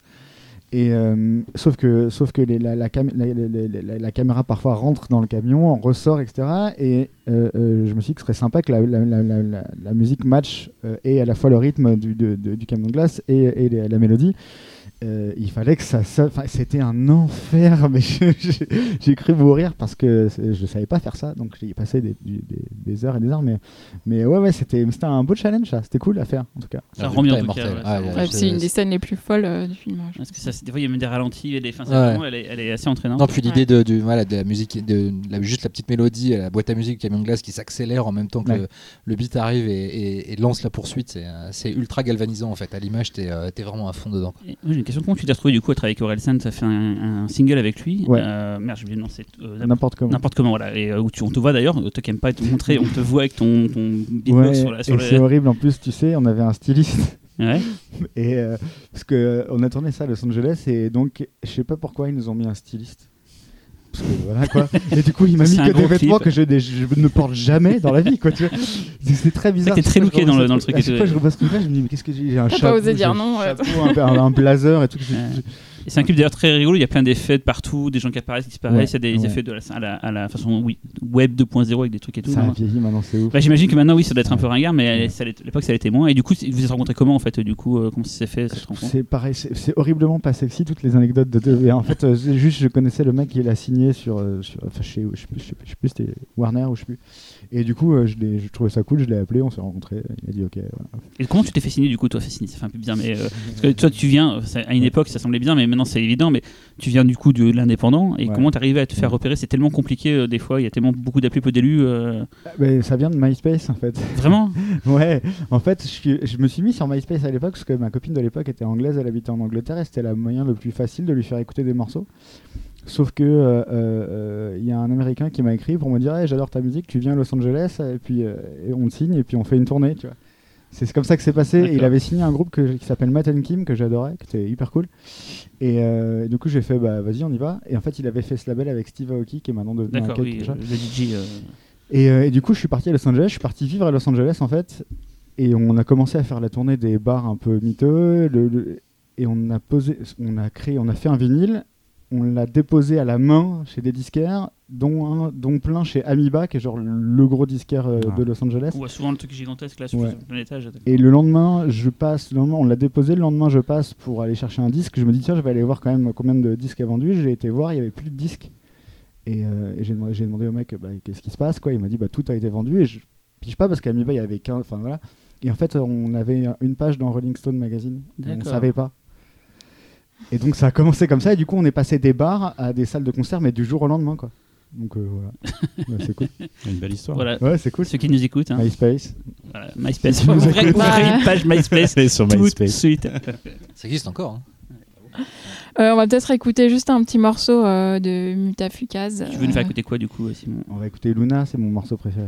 Et euh, sauf que, sauf que les- la, la, cam- la- la- la- la- la caméra parfois rentre dans le camion, en ressort, et cetera. Et euh, euh, je me suis dit que ce serait sympa que la, la, la, la, la- la musique match euh, et à la fois le rythme du, de- de- du camion de glace et, et les- la mélodie. Euh, il fallait que ça, ça enfin, c'était un enfer, mais je- je- j'ai cru mourir parce que c'est- je savais pas faire ça, donc j'ai passé des, des, des heures et des heures, mais, mais ouais, ouais, c'était, c'était un beau challenge, ça, c'était cool à faire en tout cas. Ça rend bien, en tout cas, mortel. ouais, Ah, ça ouais, rend- Ouais, je- c'est une des scènes les plus folles euh, du film. je Parce que trouve. ça, c'est- des fois, il y a même des ralentis et des fins. Ouais. Vraiment, elle, est, elle est assez entraînante. Non, puis l'idée Ouais. de, du, voilà, de la musique, de la, juste la petite mélodie, la boîte à musique du camion de glace qui s'accélère en même temps que Ouais. le, le beat arrive et, et- et lance la poursuite, c'est, euh, c'est ultra galvanisant en fait. À l'image, t'es, euh, t'es vraiment à fond dedans. Et moi, j'ai une question. Comment tu t'es retrouvé du coup à travailler avec Orelsan? Tu as fait un, un single avec lui. Ouais. Euh, merde, j'ai oublié le nom. C'est euh, N'importe comment. n'importe comment. Voilà. Et euh, où tu, on te voit d'ailleurs. Toi qui n'aimes pas te montrer, on te voit avec ton, ton beatbox Ouais, sur la. Sur et le- c'est horrible en plus, tu sais, on avait un styliste. Ouais. Et euh, parce que euh, on a tourné ça à Los Angeles et donc je sais pas pourquoi ils nous ont mis un styliste. Parce que voilà quoi. Et du coup il m'a mis C'est un que des gros vêtements clip. que je, je ne porte jamais dans la vie quoi. Tu vois. C'est c'est très bizarre. T'es très Chaque fois, looké je dans le- revois dans le ce truc À et chaque tout. fois je revois ce truc-là, je me dis mais qu'est-ce que j'ai j'ai un T'as chapeau, pas osé dire j'ai- non, ouais. chapeau, un, un blazer et tout. je- Ouais. je- Et c'est un clip d'ailleurs très rigolo. Il y a plein d'effets de partout, des gens qui apparaissent, qui disparaissent. Ouais, Il y a des ouais. effets de la, à, la, à la façon oui, web deux point zéro avec des trucs et tout. Ça a non vieilli maintenant, c'est ouf. Bah, j'imagine que maintenant oui, ça doit être un peu Ouais. ringard, mais Ouais. ça l'est- à l'époque ça l'était moins. Et du coup, c'est- vous vous êtes rencontrés comment en fait Du coup, euh, comment ça s'est fait cette rencontre? C'est pareil, c'est c'est horriblement pas sexy toutes les anecdotes de. de- et en fait, euh, c'est juste je connaissais le mec qui l'a signé sur, euh, sur enfin, chez, je sais plus, je sais plus, je sais plus, c'était Warner ou je sais plus. Et du coup, euh, je, l'ai- je trouvais ça cool, je l'ai appelé, on s'est rencontrés, il a dit ok. Voilà. Et comment tu t'es fait signer du coup? Toi, fait signer, ça fait un peu bizarre, mais euh, parce que toi, tu viens ça- à une époque, ça semblait bien, mais maintenant c'est évident. Mais tu viens du coup de l'indépendant, et Ouais. comment t'arrivais à te faire repérer? C'est tellement compliqué euh, des fois. Il y a tellement beaucoup d'applis, peu d'élus. euh, Ah, mais ça vient de MySpace en fait. Vraiment? Ouais, en fait, je, suis- je me suis mis sur MySpace à l'époque parce que ma copine de l'époque était anglaise, elle habitait en Angleterre et c'était le moyen le plus facile de lui faire écouter des morceaux. Sauf que euh, euh, il y a un Américain qui m'a écrit pour me dire hey, j'adore ta musique, tu viens à Los Angeles et puis euh, et on te signe et puis on fait une tournée, tu vois. C'est c'est comme ça que c'est passé. Et il D'accord. avait signé un groupe que- qui s'appelle Matt and Kim que j'adorais, qui était hyper cool. Et euh, du coup j'ai fait bah vas-y on y va. Et en fait il avait fait ce label avec Steve Aoki qui est maintenant devenu un D'accord, cake, oui, déjà. euh, le D J. euh, Et, euh, et du coup, je suis parti à Los Angeles. Je suis parti vivre à Los Angeles en fait. Et on a commencé à faire la tournée des bars un peu miteux. Le, le- et on a posé, on a créé, on a fait un vinyle. On l'a déposé à la main chez des disquaires. dont, un, dont plein chez Amoeba, qui est genre le gros disquaire euh, Ah. de Los Angeles. On voit souvent le truc gigantesque là sur Ouais. un étage. Et le lendemain, je passe, le lendemain, on l'a déposé, le lendemain, je passe pour aller chercher un disque. Je me dis, tiens, je vais aller voir quand même combien de disques a vendu. J'ai été voir, il n'y avait plus de disques. Et, euh, et j'ai, demandé, j'ai demandé au mec, bah, qu'est-ce qui se passe quoi. Il m'a dit, bah, tout a été vendu. Et je pige pas parce qu'à Amoeba, il y avait quinze. Enfin voilà. Et en fait, on avait une page dans Rolling Stone Magazine. On ne D'accord. savait pas. Et donc, ça a commencé comme ça. Et du coup, on est passé des bars à des salles de concert, mais du jour au lendemain. Quoi. Donc euh, voilà. Ouais, c'est cool. Une belle histoire. Voilà. Ouais, c'est cool. Ceux qui nous écoutent, hein. MySpace. Voilà, MySpace. Si vous Ouvrez écoutez. ouvrez une page MySpace Allez sur tout de MySpace. suite. Ça existe encore. Hein. Euh, on va peut-être écouter juste un petit morceau euh, de Mutafukaz. Tu veux nous faire écouter quoi du coup, Simon? On va écouter Luna, c'est mon morceau préféré.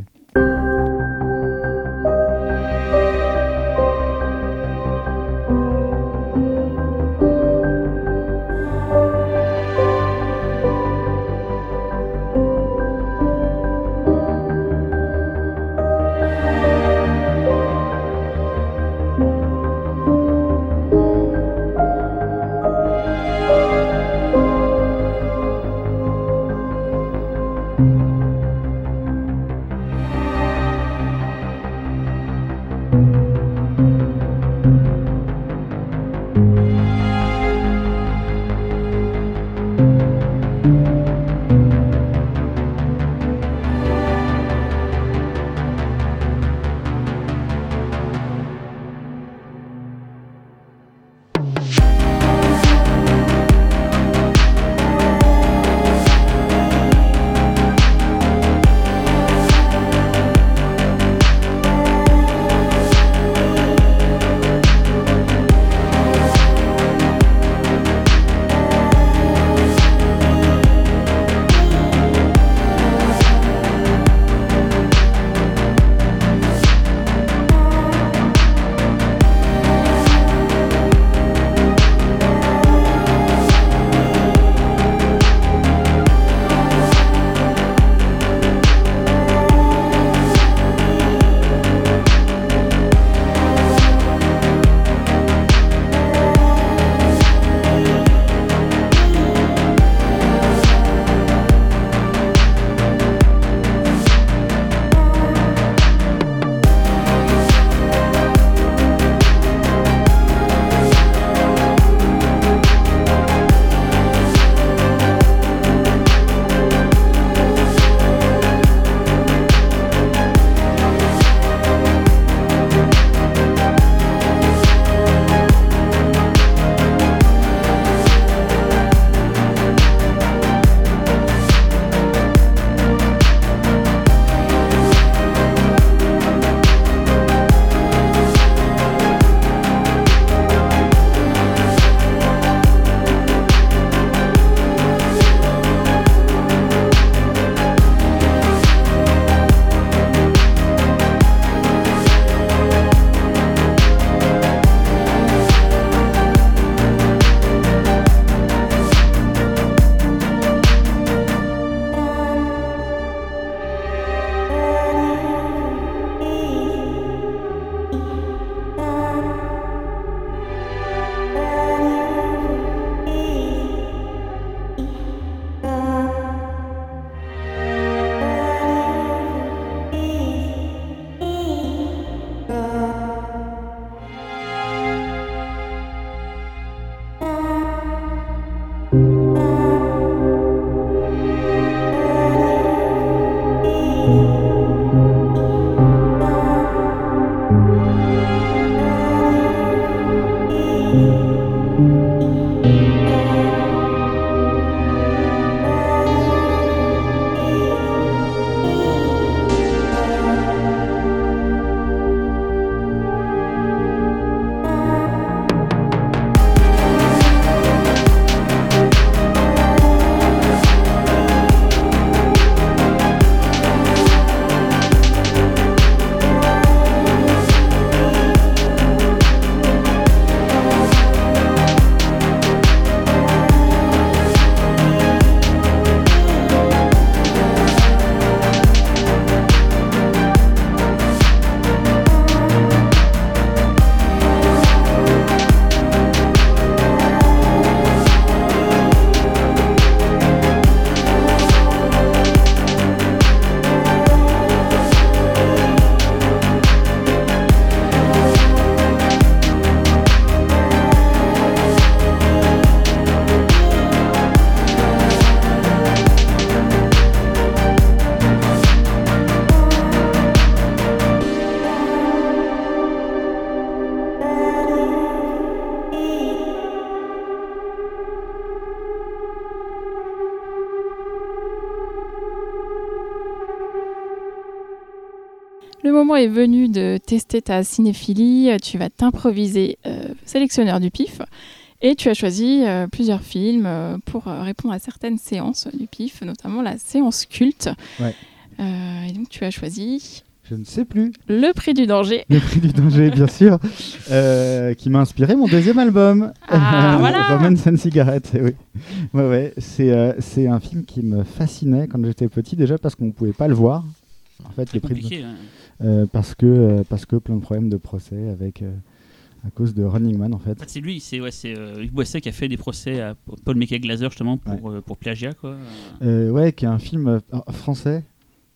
Le moment est venu de tester ta cinéphilie. Tu vas t'improviser euh, sélectionneur du P I F et tu as choisi euh, plusieurs films euh, pour euh, répondre à certaines séances du P I F, notamment la séance culte. Ouais. Euh, et donc tu as choisi Je ne sais plus. Le Prix du danger. Le Prix du danger, bien sûr, euh, qui m'a inspiré mon deuxième album, Ah, voilà. Romance and Cigarettes. Oui, ouais, ouais. C'est euh, c'est un film qui me fascinait quand j'étais petit, déjà parce qu'on ne pouvait pas le voir. En fait, C'est le prix de- compliqué. hein. euh, parce que euh, parce que plein de problèmes de procès avec euh, à cause de Running Man en fait. En fait, c'est lui, c'est ouais, c'est euh, Hugues Boisset qui a fait des procès à Paul Mécquet-Glaser justement pour, euh, pour plagiat quoi. Euh, ouais, qui est un film euh, français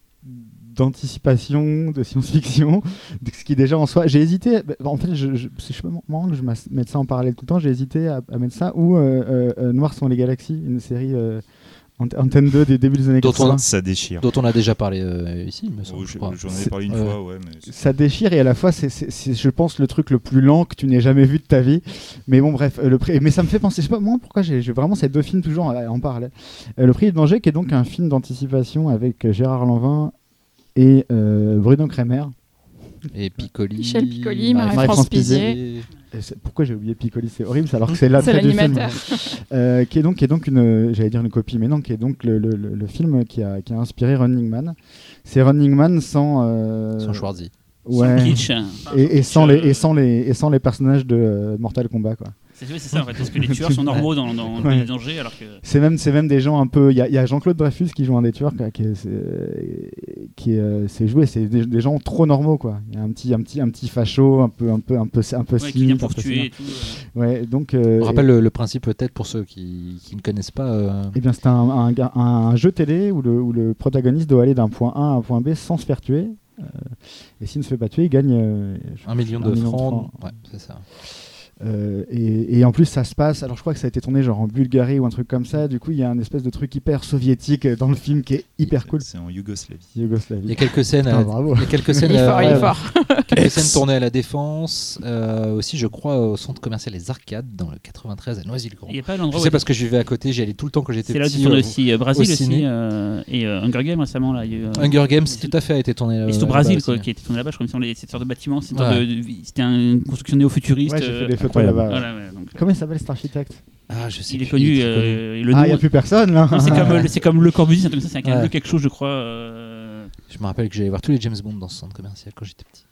d'anticipation, de science-fiction, ce qui déjà en soi, j'ai hésité, bah, en fait, je, je, c'est marrant que je mas- mette ça en parallèle tout le temps, j'ai hésité à, à mettre ça ou euh, euh, euh, Noirs sont les galaxies, une série euh, Ant- Antenne deux des débuts des années Dont on quatre-vingts. Ça déchire. Dont on a déjà parlé euh, ici, il me semble. Oh, je je- crois. J'en ai C'est- parlé une ouais. fois, ouais. Mais c'est- Ça déchire et à la fois c'est, c'est, c'est, je pense, le truc le plus lent que tu n'aies jamais vu de ta vie. Mais bon, bref, euh, le prix. Mais ça me fait penser, je sais pas moi pourquoi j'ai, j'ai vraiment ces deux films toujours en, en parallèle. Euh, le Prix du danger, qui est donc un film d'anticipation avec euh, Gérard Lanvin et euh, Bruno Kremer. Et Piccoli. Michel Piccoli, Marie-France Marie-France Pizier. Pizier. Et c'est- pourquoi j'ai oublié Piccoli, c'est horrible, alors que c'est là C'est du film. l'animateur. Euh, qui est donc, qui est donc une, euh, j'allais dire une copie, mais non, qui est donc le, le, le, le film qui a, qui a inspiré Running Man. C'est Running Man sans. Euh, Sans Schwarzy. ouais. Sans kitsch. hein. Et, et, sans Euh, les, et, sans les, et sans les personnages de euh, Mortal Kombat, quoi. C'est ouais, c'est ça en fait, parce que les tueurs sont normaux dans, dans Ouais. le danger alors que. C'est même, c'est même des gens un peu. Il y, a- il y a Jean-Claude Dreyfus qui joue un des tueurs, quoi, qui est, c'est, qui est, euh, c'est joué. C'est des, des gens trop normaux, quoi. Il y a un petit, un petit, un petit facho, un peu, un peu, un peu, un peu Ouais, qui vient cynique, pour un peu tuer sévère. et tout. euh. Ouais, donc. euh, On rappelle le, le principe peut-être pour ceux qui, qui ne connaissent pas. euh, Eh bien, c'est un, un, ga- un jeu télé où le, où le protagoniste doit aller d'un point A à un point B sans se faire tuer. Euh, et s'il ne se fait pas tuer, il gagne euh, je- Un million de francs. Ouais, c'est ça. Euh, et, et en plus, ça se passe. Alors, je crois que ça a été tourné genre en Bulgarie ou un truc comme ça. Du coup, il y a un espèce de truc hyper soviétique dans le film qui est hyper cool. C'est en Yougoslavie. Il y Yougoslavie. a quelques scènes. Ah, à- bravo. Il y a quelques scènes. Il est à- fort, il est ouais. fort. Quelques scènes tournées à la Défense, euh, aussi je crois au centre commercial Les Arcades dans le quatre-vingt-treize à Noisy-le-Grand. Il n'y a pas Je l'endroit où sais parce que je vivais à côté, j'y allais tout le temps quand j'étais c'est là où petit. tu tournes euh, aussi euh, Brésil au aussi ciné. euh, et euh, Hunger Games récemment là. Il y a eu, euh, Hunger Games, tout à fait, a été tourné. et c'est euh, au Brésil là-bas quoi, aussi. qui a été tourné là-bas. Je crois que c'est cette sorte de bâtiment, c'est une Ouais. sorte de- de- c'était une construction néo-futuriste. Ouais, j'ai fait euh, des photos incroyable. là-bas. voilà, ouais, donc, Comment il s'appelle cet architecte? Ah, je sais il est plus, connu. très euh, et le Ah, nom- il n'y a plus personne là. Non, c'est comme euh, c'est comme Le Corbusier, un truc comme ça, c'est un Ouais. le quelque chose, je crois. euh, Je me rappelle que j'allais voir tous les James Bond dans ce centre commercial quand j'étais petit.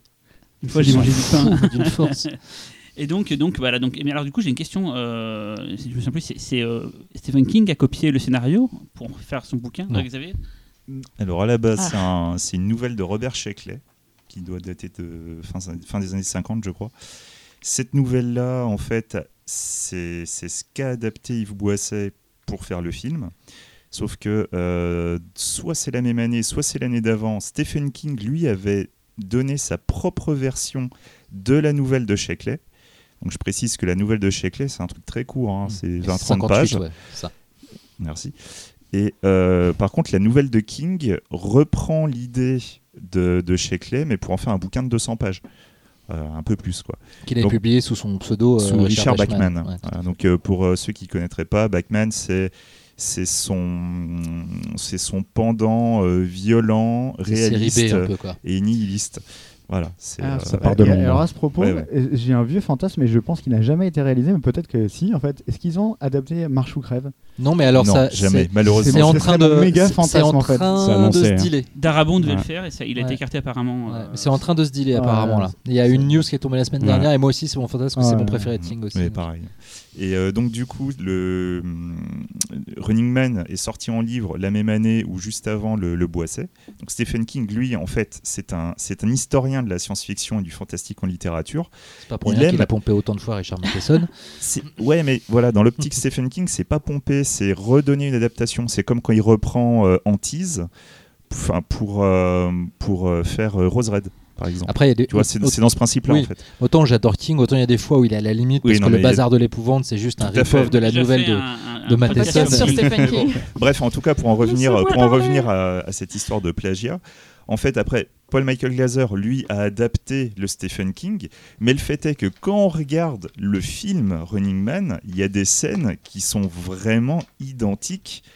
Une fois, j'ai mangé du pain. D'une force. Et donc, donc, voilà. Donc, mais alors, du coup, j'ai une question. Euh, si je me souviens plus, c'est, c'est euh, Stephen King a copié le scénario pour faire son bouquin, Non. Xavier. Alors à la base, Ah. c'est un- c'est une nouvelle de Robert Sheckley qui doit dater de fin, fin des années cinquante, je crois. Cette nouvelle-là, en fait, c'est c'est ce qu'a adapté Yves Boisset pour faire le film. Sauf que euh, soit c'est la même année, soit c'est l'année d'avant, Stephen King, lui, avait donné sa propre version de la nouvelle de Sheckley. Donc je précise que la nouvelle de Sheckley, c'est un truc très court, hein, c'est vingt à trente pages. Ouais, ça. Merci. Et euh, par contre, la nouvelle de King reprend l'idée de, de Sheckley, mais pour en faire un bouquin de deux cents pages. Euh, un peu plus, quoi. Qu'il avait Donc, publié sous son pseudo euh, Sous Richard Bachman. Ouais, tout à Voilà, fait. donc euh, pour euh, ceux qui ne connaîtraient pas, Bachman, c'est c'est son, c'est son pendant euh, violent, C'est série réaliste B un peu, quoi. et nihiliste. Voilà. C'est, Ah, euh, ça part de et Londres. alors à ce propos, Ouais, ouais. euh, j'ai un vieux fantasme, mais je pense qu'il n'a jamais été réalisé, mais peut-être que si en fait. Est-ce qu'ils ont adapté Marche ou crève? Non, mais alors non, ça. jamais, c'est- malheureusement. C'est en Ce train serait mon de. méga c'est- fantasme, c'est en en fait. train C'est annoncé, de se hein. dealer. Darabont devait Ouais. le faire et ça, il a Ouais. été écarté apparemment. Ouais, euh, mais c'est en train de se dealer Ouais, apparemment là. Il y a c'est- une news qui est tombée la semaine Ouais. dernière et moi aussi c'est mon fantasme, c'est Ouais. mon préféré de King aussi. Mais donc. pareil. Et euh, donc du coup, le hum, Running Man est sorti en livre la même année ou juste avant le, le Boisset. Donc Stephen King, lui, en fait, c'est un, c'est un historien de la science-fiction et du fantastique en littérature. C'est pas pour Il rien aime- qu'il a pompé autant de fois Richard Matheson. C'est- Ouais, mais voilà, dans l'optique Stephen King, c'est pas pomper, c'est redonner une adaptation. C'est comme quand il reprend euh, Antise, enfin pour euh, pour euh, faire euh, Rose Red, par exemple. Après, il y a des. Tu vois, c'est c'est dans ce principe-là Oui. en fait. Autant j'adore King, autant il y a des fois où il est à la limite Oui, parce non, que le mais il y a- bazar de l'épouvante c'est juste un Tout à fait. rip-off de la Déjà nouvelle fait de. un- un- de un Matheson. podcast Sur sur Stephen King. Bref, en tout cas, pour en revenir, Je sais pour pas, en ouais. revenir à, à cette histoire de plagiat, en fait, après, Paul Michael Glaser, lui, a adapté le Stephen King, mais le fait est que quand on regarde le film Running Man, il y a des scènes qui sont vraiment identiques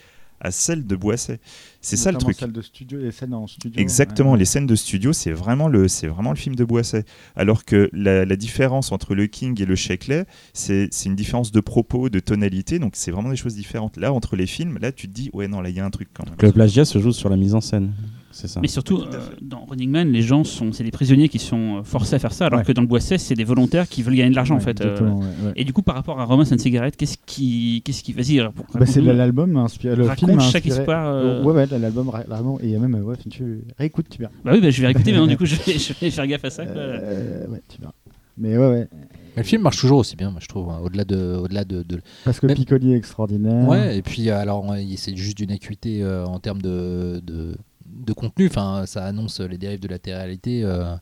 à celle de Boisset. C'est ça le Notamment truc. Celle de studio, les scènes en studio. Exactement, ouais. les scènes de studio, c'est vraiment le, c'est vraiment le film de Boisset. Alors que la, la différence entre le King et le Sheckley, c'est, c'est une différence de propos, de tonalité, donc c'est vraiment des choses différentes. Là, entre les films, là, tu te dis, ouais, non, là, il y a un truc quand même. Le plagiat se joue sur la mise en scène. C'est ça. Mais surtout, euh, dans Running Man, les gens sont, c'est des prisonniers qui sont forcés à faire ça, alors Ouais. que dans le Boisset, c'est des volontaires qui veulent gagner de l'argent Ouais, en fait. exactement, Euh, ouais, ouais. Et du coup, par rapport à Romance and Cigarette, qu'est-ce qui, qu'est-ce qui, vas-y, raconte- Bah, c'est raconte-nous. l'album inspiré, le Raconte film a chaque inspiré- histoire, euh. Ouais, ouais, l'album vraiment, et il y a même, ouais, tu réécoutes, tu verras. Bah oui, bah, je vais réécouter, mais non, du coup, je vais, je vais faire gaffe à ça. quoi. Euh, ouais, tu verras. Mais ouais, ouais. Mais le film marche toujours aussi bien, moi, je trouve, hein, au-delà de, au-delà de, de- Parce que Même- Piccoli est extraordinaire. Ouais, et puis euh, alors on- il- c'est juste d'une acuité euh, en termes de, de, de contenu. Enfin, ça annonce les dérives de la télé-réalité. euh,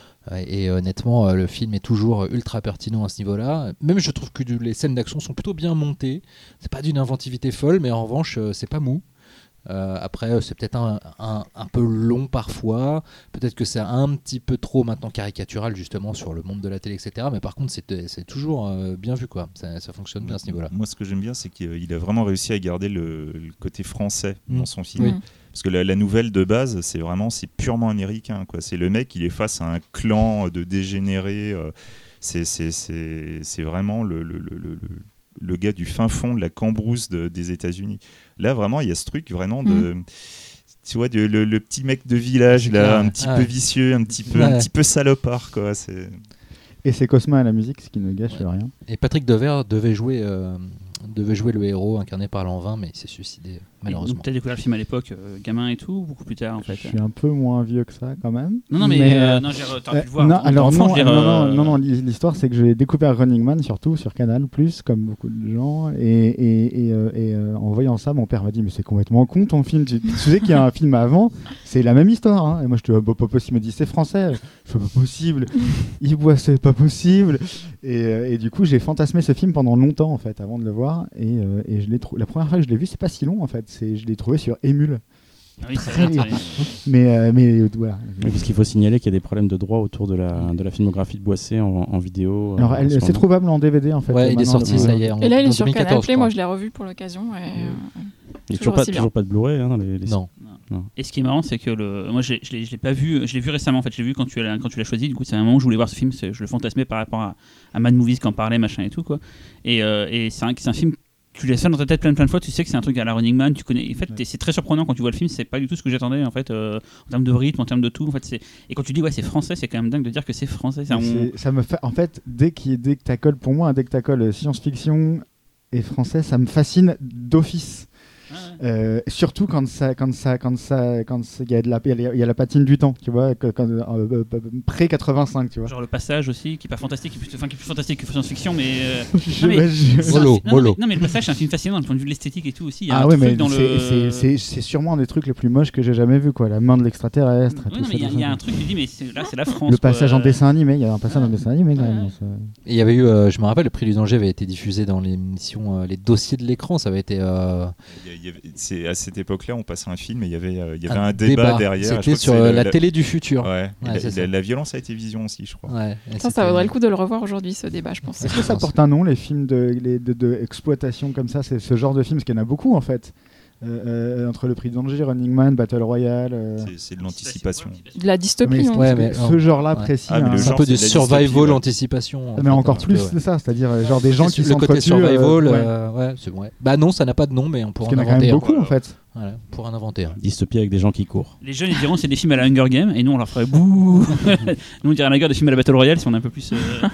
et honnêtement, euh, le film est toujours ultra pertinent à ce niveau-là. Même je trouve que du- les scènes d'action sont plutôt bien montées. C'est pas d'une inventivité folle, mais en revanche, euh, c'est pas mou. Euh, après, euh, c'est peut-être un, un, un peu long parfois. Peut-être que c'est un petit peu trop maintenant caricatural justement sur le monde de la télé, et cetera. Mais par contre, c'est, c'est toujours euh, bien vu, quoi. Ça, ça fonctionne bien à ce niveau-là. Moi, ce que j'aime bien, c'est qu'il a vraiment réussi à garder le, le côté français Mm. dans son film. Oui. Parce que la, la nouvelle de base, c'est vraiment, c'est purement américain, quoi. C'est le mec, il est face à un clan de dégénérés. euh, c'est, c'est, c'est, c'est vraiment le, le, le, le, le gars du fin fond de la cambrousse de, des États-Unis. Là, vraiment, il y a ce truc vraiment de. Mm. Tu vois, de- le, le petit mec de village, là, Ah, un petit ah. peu vicieux, un petit peu, un Ouais. petit peu salopard, quoi. C'est... Et c'est Cosma à la musique, ce qui ne gâche Ouais. rien. Et Patrick Devers devait jouer, euh, devait jouer le héros incarné par Lanvin, mais il s'est suicidé malheureusement. Donc, t'as découvert le film à l'époque, euh, gamin et tout, ou beaucoup plus tard en fait. Je suis un peu moins vieux que ça quand même. Non, non, mais, Mais, euh, euh, non, j'ai- t'aurais Euh, pu le voir. non, en tant alors qu'enfant, non, je veux dire, non, euh, non, non, non, l'histoire c'est que j'ai découvert Running Man surtout sur Canal Plus, comme beaucoup de gens, et, et, et, euh, et, euh, en voyant ça, mon père m'a dit mais c'est complètement con ton film. Tu, tu sais qu'il y a un film avant, c'est la même histoire. Hein. Et moi je te dis bah, pas possible. Il me dit c'est français. Je fais pas possible. Il boit c'est pas possible. Et, euh, et du coup j'ai fantasmé ce film pendant longtemps en fait avant de le voir. Et, euh, et je l'ai trou- la première fois que je l'ai vu c'est pas si long en fait. C'est je l'ai trouvé sur Emule. Ah oui, c'est vrai, c'est vrai. Mais euh, mais euh, voilà. Oui, parce qu'il faut signaler qu'il y a des problèmes de droit autour de la, de la filmographie de Boisset en, en vidéo. euh, Alors en elle- ce c'est moment. trouvable en D V D en fait. Ouais, euh, il est maintenant, sorti, le- ça y est. en- Et là, il est en sur deux mille quatorze, Canal Play. je Moi, crois. je l'ai revu pour l'occasion. Et, euh, Il n'y a toujours toujours, pas- aussi bien. toujours pas de Blu-ray hein, dans les, les- Non. Non. Et ce qui est marrant, c'est que le... moi, je l'ai- je l'ai je l'ai pas vu, je l'ai vu récemment en fait. Je l'ai vu quand tu l'as quand tu l'as choisi. Du coup, c'est un moment où je voulais voir ce film. c'est- Je le fantasmais par rapport à, à Mad Movies qui en parlait, machin et tout quoi. Et, euh, et c'est un, c'est un film. Tu laisses ça dans ta tête plein plein de fois. Tu sais que c'est un truc à la Running Man. Tu connais. En fait, Ouais. c'est très surprenant quand tu vois le film. C'est pas du tout ce que j'attendais en fait euh, en termes de rythme, en termes de tout. En fait, c'est et quand tu dis ouais, c'est français, c'est quand même dingue de dire que c'est français. C'est un- C'est- Ça me fait, en fait, dès, qu'il, dès que tu colles, pour moi, dès que tu colles science-fiction et français, ça me fascine d'office. Ah ouais. Euh, surtout quand ça, quand ça, quand ça, quand il y a de la, il y a- il y a la patine du temps, tu vois, que- quand, euh, euh, pré quatre-vingt-cinq, tu vois. Genre le passage aussi, qui est pas fantastique, qui est plus, enfin, qui est plus fantastique que science-fiction, mais. euh, Je- non, mais- ouais, je- c'est un- Mollo, non, non, mollo. mais, non, mais le passage, c'est un film fascinant du point de vue de l'esthétique et tout aussi. Il y a Ah un ouais, truc mais dans c'est, le. c'est, c'est, c'est sûrement un des trucs les plus moches que j'ai jamais vu, quoi. La main de l'extraterrestre. Oui, tout non, ça, mais il y a- tout il y, a ça. un truc, tu dis, mais c'est- là, c'est la France. Le passage quoi. en dessin animé, il y a un passage en Ouais. dessin animé quand Ouais. même. dans ce- Et il y avait eu, euh, je me rappelle, le prix du danger avait été diffusé dans l'émission euh, Les Dossiers de l'écran. Ça avait été. euh, Il y a- il y avait- c'est, à cette époque-là, on passait un film et il y avait, euh, il y avait Un un, débat, débat. derrière. Je crois C'était que sur c'est euh, le- la télé du futur. Ouais. Et Ouais, la, c'est ça. la- la violence a été vision aussi, je crois. Ouais, et Ça, ça c'était- vaudrait le coup de le revoir aujourd'hui, ce débat, je pense. Est-ce que ça porte un nom, les films de, les- de, de exploitation comme ça, c'est ce genre de film, parce qu'il y en a beaucoup en fait. Euh, euh, entre le prix d'Angers, Running Man, Battle Royale. euh, C'est, c'est de l'anticipation. De la dystopie, mais, non Ouais, parce mais que non. ce genre-là Ouais. précis. Ah, mais hein. le C'est un genre, peu c'est du de la survival dystopie, ouais. anticipation. en mais fait, encore un petit plus peu, ouais. de ça, c'est-à-dire euh, genre des gens qui le côté s'entretuent. survival, euh, ouais. euh, ouais, c'est bon. ouais. Bah non, ça n'a pas de nom, mais on Parce pourrait qu'il y en en a quand même inventer un. beaucoup Voilà. en fait. Voilà, on pourrait en inventer un. Dystopie avec des gens qui courent. Les jeunes, ils diront c'est des films à la Hunger Games, et nous, on leur ferait bouh. Nous, on dirait à la guerre des films à la Battle Royale si on est un peu plus. euh,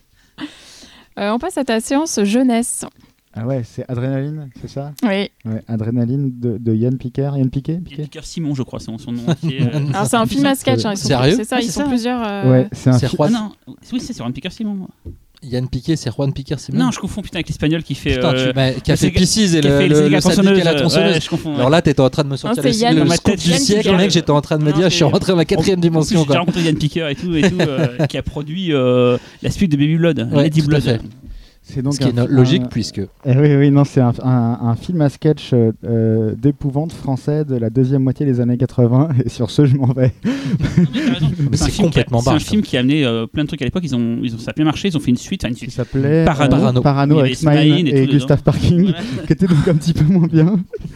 Euh, on passe à ta séance jeunesse. Ah ouais, c'est Adrénaline, c'est ça Oui. Ouais, Adrénaline de, de Yann Piquer. Yann Piquet, Yann Piquet Piquer Simon, je crois, c'est son nom entier. euh. Alors, c'est un film à sketch. Hein, ils sont Sérieux C'est ça, Ah, ils c'est sont ça. plusieurs. euh, Ouais, c'est un C'est fi- Juan- Ah non, oui, c'est Yann Piquer Simon. moi. Yann Piquet, c'est Juan Piquer, c'est Non, je confonds putain avec l'espagnol qui fait. Putain, euh, tu m'as- qui a le fait Séga- Pisces et qui a le, fait les le, Sénégal le sadique et la tronçonneuse, tronçonneuse. ouais, je confonds, ouais. Alors là, t'étais en train de me sortir c'est le, Yann- le Dans ma scoop tête, du Yann siècle, Piquer. mec. J'étais en train de me Non, dire, je suis c'est- rentré à ma quatrième dimension. J'ai quoi. rencontré Yann Piquer et tout, et tout euh, qui a produit euh, la suite de Baby Blood, Ouais, Lady tout à Blood. fait. C'est donc Ce qui est un- no- logique, un- puisque Eh oui, oui, non, c'est un, un- un film à sketch euh, d'épouvante français de la deuxième moitié des années quatre-vingts. Et sur ce, je m'en vais. Non, mais t'as raison. Mais C'est un c'est film qui a- complètement C'est un barge, film qui a amené euh, plein de trucs à l'époque. Ils ont, ils ont, ça a bien marché. Ils ont fait une suite, enfin une Qui suite. s'appelait Parano. euh, Parano. Parano Il y avec avait Smaïn Smaïn et et tout Gustave dedans. Parking, Voilà. qui était donc un petit peu moins bien.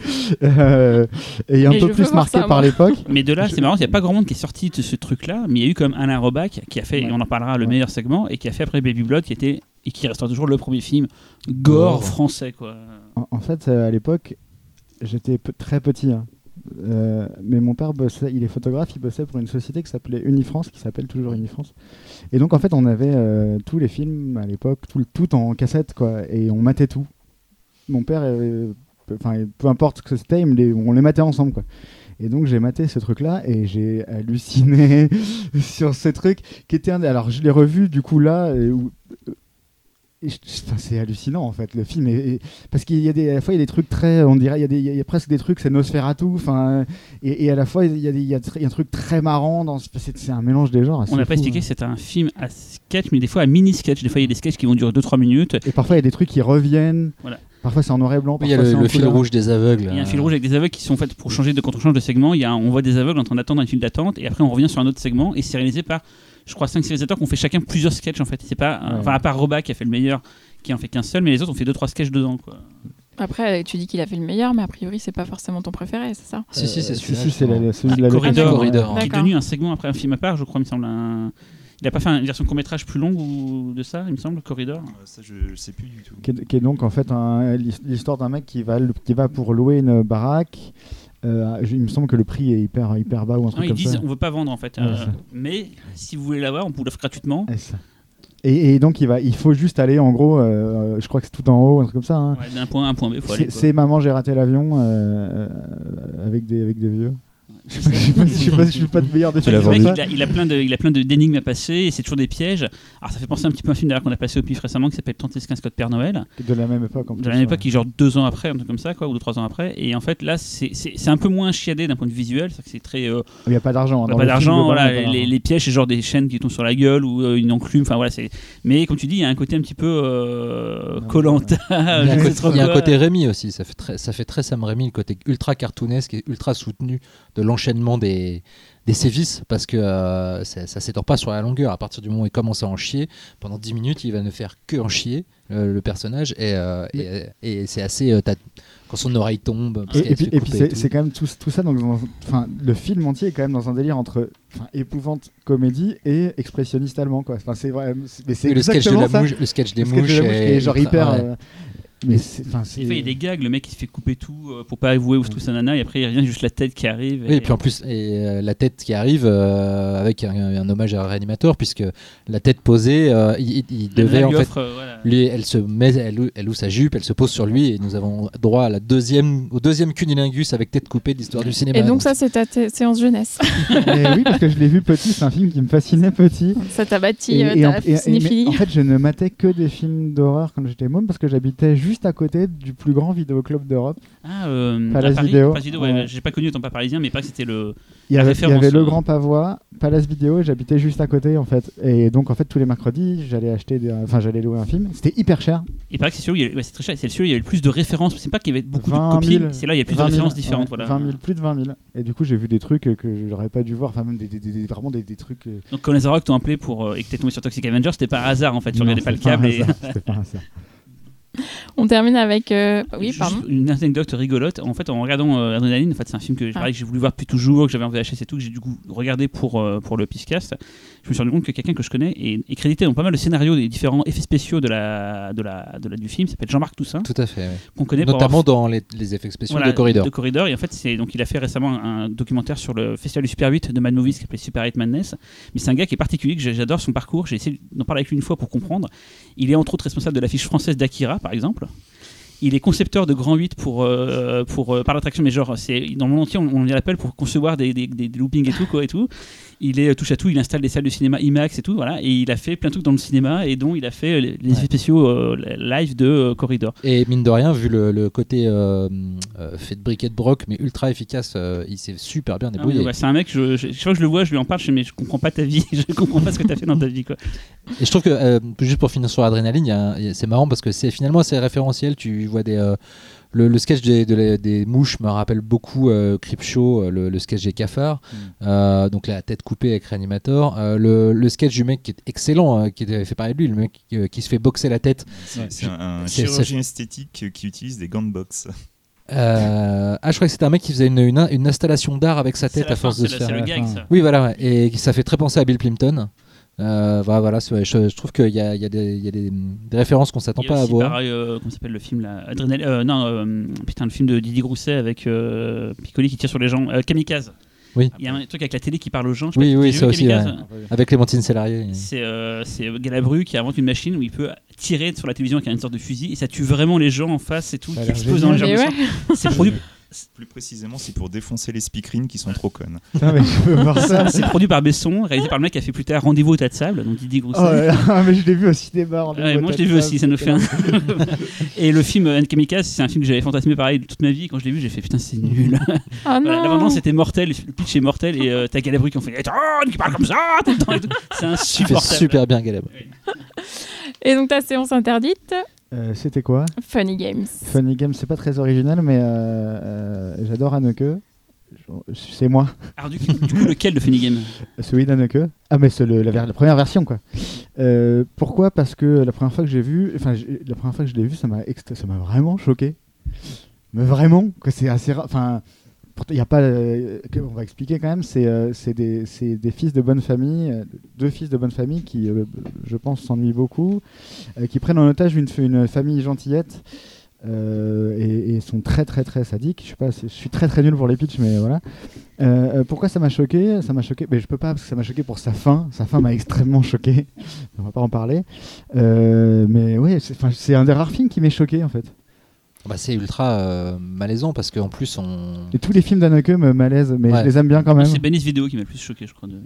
Euh, et un Mais je peu veux plus voir marqué ça, par moi. l'époque. Mais de là, Je- c'est marrant, il n'y a pas grand monde qui est sorti de ce truc-là, mais il y a eu comme Alain Robac qui a fait, Ouais. et on en parlera, le Ouais. meilleur segment, et qui a fait après Baby Blood, qui était et qui restera toujours le premier film gore Gore. français, quoi. En, en fait, euh, à l'époque, j'étais pe- très petit. hein. Euh, mais mon père bossait, il est photographe, il bossait pour une société qui s'appelait Unifrance, qui s'appelle toujours Unifrance. Et donc en fait, on avait euh, tous les films à l'époque, tout, le- tout en cassette, quoi, et on matait tout. Mon père, euh, peu- enfin, peu importe ce que c'était, il me les- on les matait ensemble, quoi. Et donc j'ai maté ce truc-là et j'ai halluciné sur ce truc qui était un... Alors je l'ai revu du coup là, et où- et je- enfin, c'est hallucinant en fait le film est, est- parce qu'il y a des à la fois il y a des trucs très on dirait il y a des il y a presque des trucs c'est Nosferatu enfin et, et à la fois il y a des il y a, tr- il y a un truc très marrant dans ce- c'est, c'est un mélange des genres assez On n'a pas fou, expliqué, hein. c'est un film à sketch, mais des fois à mini-sketch. Des fois, il y a des sketchs qui vont durer deux trois minutes. Et parfois il y a des trucs qui reviennent, Voilà. parfois c'est en noir et blanc, il y a parfois le, c'est en le fil couleur. rouge des aveugles. Il y a un euh, fil rouge avec des aveugles qui sont faits pour changer de quand on change de segment. Il y a un- on voit des aveugles en train d'attendre un fil d'attente et après on revient sur un autre segment et c'est réalisé par, je crois, cinq réalisateurs qui ont fait chacun plusieurs sketchs en fait. C'est pas, Ouais. enfin à part Robac qui a fait le meilleur, qui en fait qu'un seul, mais les autres ont fait deux trois sketchs dedans, quoi. Après, tu dis qu'il a fait le meilleur, mais a priori, c'est pas forcément ton préféré, c'est ça? Si, si, c'est Euh, celui-là, si, si, c'est la- justement. celui de la Corridor. location, Corridor. ouais. Qui est D'accord. devenu un segment après un film à part, je crois, il me semble. Un... Il a pas fait une version court métrage plus longue ou de ça, il me semble, Corridor. Euh, Ça, je, je sais plus du tout. Qui est, qui est donc en fait un- l'histoire d'un mec qui va, qui va pour louer une baraque. Euh, je- il me semble que le prix est hyper, hyper bas ou un Non, truc ils comme disent ça. on veut pas vendre en fait, Ouais, euh, ça. mais si vous voulez l'avoir, on vous l'offre gratuitement. Et, ça. Et, et donc il, va, il faut juste aller en gros, euh, je crois que c'est tout en haut, un truc comme ça. hein. Ouais, d'un point A à un point B, faut C'est, aller. quoi. c'est Maman j'ai raté l'avion euh, euh, avec, des, avec des vieux. Je sais pas, je sais pas, je sais pas, je suis pas de meilleur Tu l'as Le définition mec, que ça. il, a, il a plein de, il a plein de d'énigmes à passer et c'est toujours des pièges. Alors ça fait penser un petit peu à un film d'ailleurs qu'on a passé au pif récemment qui s'appelle trente-six quinze Code Père Noël. De la même époque en plus. De la même ouais. époque qui est genre deux ans après, un truc comme ça, quoi, ou deux trois ans après. Et en fait là, c'est, c'est, c'est un peu moins chiadé d'un point de vue visuel, c'est que c'est très euh, Il n'y a pas d'argent. hein, dans pas le film, d'argent, globalement, voilà, il y a pas les, d'argent. les pièges c'est genre des chaînes qui tombent sur la gueule ou euh, une enclume, enfin voilà, c'est. Mais comme tu dis, il y a un côté un petit peu euh, Ouais, Koh-Lanta. Il y a un je sais côté- trop il y a un quoi. côté Rémi aussi, ça fait très, ça fait très Sam Rémi, le côté ultra cartoonesque et ultra soutenu de l'enchaînement des, des sévices, parce que euh, ça, ça s'étend pas sur la longueur. À partir du moment où il commence à en chier, pendant dix minutes, il va ne faire que en chier, euh, le personnage, et, euh, et, et c'est assez... euh, t'as- quand son oreille tombe... parce Et, qu'elle et se puis, fait et puis couper et c'est, tout. c'est quand même tout, tout ça, donc, dans- enfin, le film entier est quand même dans un délire entre enfin, épouvante comédie et expressionniste allemand. Quoi. Enfin, c'est vrai, c'est- mais c'est Oui, le sketch de exactement la ça. mouche, le sketch des Le sketch de mouches, la mouche qui est genre ultra- hyper. ouais. euh, mais c'est, enfin, c'est... Des fois, il y a des gags, le mec il se fait couper tout euh, pour pas avouer où se trouve sa nana, et après il revient juste la tête qui arrive. Oui, et puis en plus, et, euh, la tête qui arrive euh, avec un, un hommage à un réanimateur, puisque la tête posée, euh, il, il- il la devait nana en lui fait. offre, euh, voilà. Lui, elle se met, elle, elle ouvre sa jupe, elle se pose sur lui, et nous avons droit à la deuxième, au deuxième cunilingus avec tête coupée de l'histoire du cinéma. Et donc, ça, c'est ta t- séance jeunesse. Mais oui, parce que je l'ai vu petit, c'est un film qui me fascinait petit. Ça t'a bâti Et- euh, et ta en- et- et- cinéphilie. mais en fait, je ne matais que des films d'horreur quand j'étais môme parce que j'habitais juste à côté du plus grand vidéoclub d'Europe. Ah, euh, Palace à Paris, Vidéo. Palace Vidéo, ouais, Ouais. j'ai pas connu étant pas parisien, mais pas que c'était le. Il y La avait, il y référence, avait le euh. Grand Pavois, Palace Vidéo, et j'habitais juste à côté en fait. Et donc en fait tous les mercredis, j'allais acheter, des... enfin j'allais louer un film. C'était hyper cher. Il paraît que c'est celui où il y a, ouais, c'est très cher, c'est celui où il y avait le plus de références. C'est pas qu'il y avait beaucoup vingt de copies, mille, c'est là où il y a plus de vingt mille, références différentes. ouais, Voilà. vingt mille, plus de vingt mille. Et du coup j'ai vu des trucs que j'aurais pas dû voir, enfin même des, des, des- des- vraiment des, des trucs. euh, Donc quand les Arocs t'ont appelé pour euh, et que t'es tombé sur Toxic Avenger, c'était par hasard en fait. Tu non, regardais pas le c'était câble. un Et... hasard, c'était pas un hasard. On termine avec. euh, Oui, Juste pardon. une anecdote rigolote. En fait, en regardant euh, Adrenaline, en fait, c'est un film que, Ah. pareil, que j'ai voulu voir depuis toujours, que j'avais en V H S et tout, que j'ai du coup regardé pour, euh, pour le Piscast. Je me suis rendu compte que quelqu'un que je connais est, est crédité dans pas mal de scénarios des différents effets spéciaux de la, de la, de la, du film. Il s'appelle Jean-Marc Toussaint, Tout à fait, ouais. qu'on connaît pour avoir Notamment dans les, les effets spéciaux Voilà, de Corridor. de Corridor. Et en fait, c'est donc il a fait récemment un documentaire sur le festival du Super huit de Mad Movies qui s'appelait Super eight Madness. Mais c'est un gars qui est particulier, que j'ai- j'adore son parcours. J'ai essayé d'en parler avec lui une fois pour comprendre. Il est entre autres responsable de l'affiche française d'Akira, par exemple. Il est concepteur de Grand huit pour, euh, pour euh, par l'attraction, mais genre c'est dans le monde entier on, on l'appelle pour concevoir des, des, des, des loopings et tout quoi et tout. Il est euh, touche à tout, il installe des salles de cinéma IMAX et tout voilà et il a fait plein de trucs dans le cinéma et dont il a fait les, les effets spéciaux euh, live de euh, Corridor. Et mine de rien, vu le, le côté euh, euh, fait de briquet de broc, mais ultra efficace, euh, il s'est super bien Ah oui, débrouillé. ouais, c'est un mec, je, je, chaque fois que je le vois, je lui en parle, je, mais je comprends pas ta vie, je comprends pas ce que tu as fait dans ta vie quoi. Et je trouve que, euh, juste pour finir sur Adrénaline, y a, y a, c'est marrant parce que c'est finalement assez référentiel. Tu vois des, euh, le, le sketch des, de la, des mouches me rappelle beaucoup euh, Creepshow, le, le sketch des cafards, mm. euh, donc la tête coupée avec Reanimator. Euh, le, le sketch du mec qui est excellent, euh, qui était fait parler de lui, le mec euh, qui se fait boxer la tête. C'est, c'est un, un chirurgien esthétique qui utilise des gants de boxe. Euh, ah, je crois que c'était un mec qui faisait une, une, une installation d'art avec sa tête à force fin, de se faire. C'est le gag, ça. Oui, voilà, ouais. Et ça fait très penser à Bill Plimpton. Euh, voilà, voilà je, je trouve qu'il y a, il y a, des, il y a des, des références qu'on s'attend pas à voir. Pareil, euh, comment s'appelle le film là, Adrénaline, euh, non, euh, putain, le film de Didier Grousset avec euh, Piccoli qui tire sur les gens, euh, Kamikaze. Oui. Il y a un truc avec la télé qui parle aux gens. Je oui, pas, oui, ça aussi. Ouais. Avec Clémentine Sélarié. C'est, euh, c'est Galabru qui invente une machine où il peut tirer sur la télévision avec une sorte de fusil et ça tue vraiment les gens en face et tout, qui explose dans les gens. Ouais. C'est produit. Plus précisément, c'est pour défoncer les speakerines qui sont trop connes. Putain, mais je peux voir ça. C'est produit par Besson, réalisé par le mec qui a fait plus tard Rendez-vous au tas de sable, donc Didier Grousset. Oh là là, mais je l'ai vu au cinéma. Ouais, moi je l'ai vu aussi, ça nous fait un... Et le film Kamikaze, c'est un film que j'avais fantasmé pareil toute ma vie. Quand je l'ai vu, j'ai fait putain, c'est nul. Oh voilà, non. là maintenant c'était mortel, le pitch est mortel et euh, t'as Galabru qui en fait oh, qui parle comme ça tout le temps et tout. C'est insupportable. C'est super bien Galabru. Et donc ta séance interdite Euh, c'était quoi? Funny Games. Funny Games, c'est pas très original, mais euh, euh, j'adore Haneke. C'est moi. Alors du coup, du coup lequel de Funny Game? Celui d'Haneke. Ah mais c'est le, la, la première version quoi. Euh, pourquoi? Parce que la première fois que j'ai vu, enfin la première fois que je l'ai vu, ça m'a extra- ça m'a vraiment choqué. Mais vraiment, que c'est assez rare. Enfin, il y a pas. Euh, on va expliquer quand même. C'est euh, c'est des c'est des fils de bonne famille, euh, deux fils de bonne famille qui, euh, je pense, s'ennuient beaucoup, euh, qui prennent en otage une, une famille gentillette. Euh, et, et sont très très très sadiques. Je sais pas, je suis très très nul pour les pitchs, mais voilà. Euh, pourquoi ça m'a choqué? Ça m'a choqué, mais je peux pas parce que ça m'a choqué pour sa fin. Sa fin m'a extrêmement choqué. On va pas en parler. Euh, mais oui, c'est, c'est un des rares films qui m'est choqué en fait. Bah, c'est ultra euh, malaisant parce qu'en plus on. Et tous les films d'Haneke me malaisent, mais ouais. je les aime bien quand même. C'est Benis Vidéo qui m'a le plus choqué, je crois. De...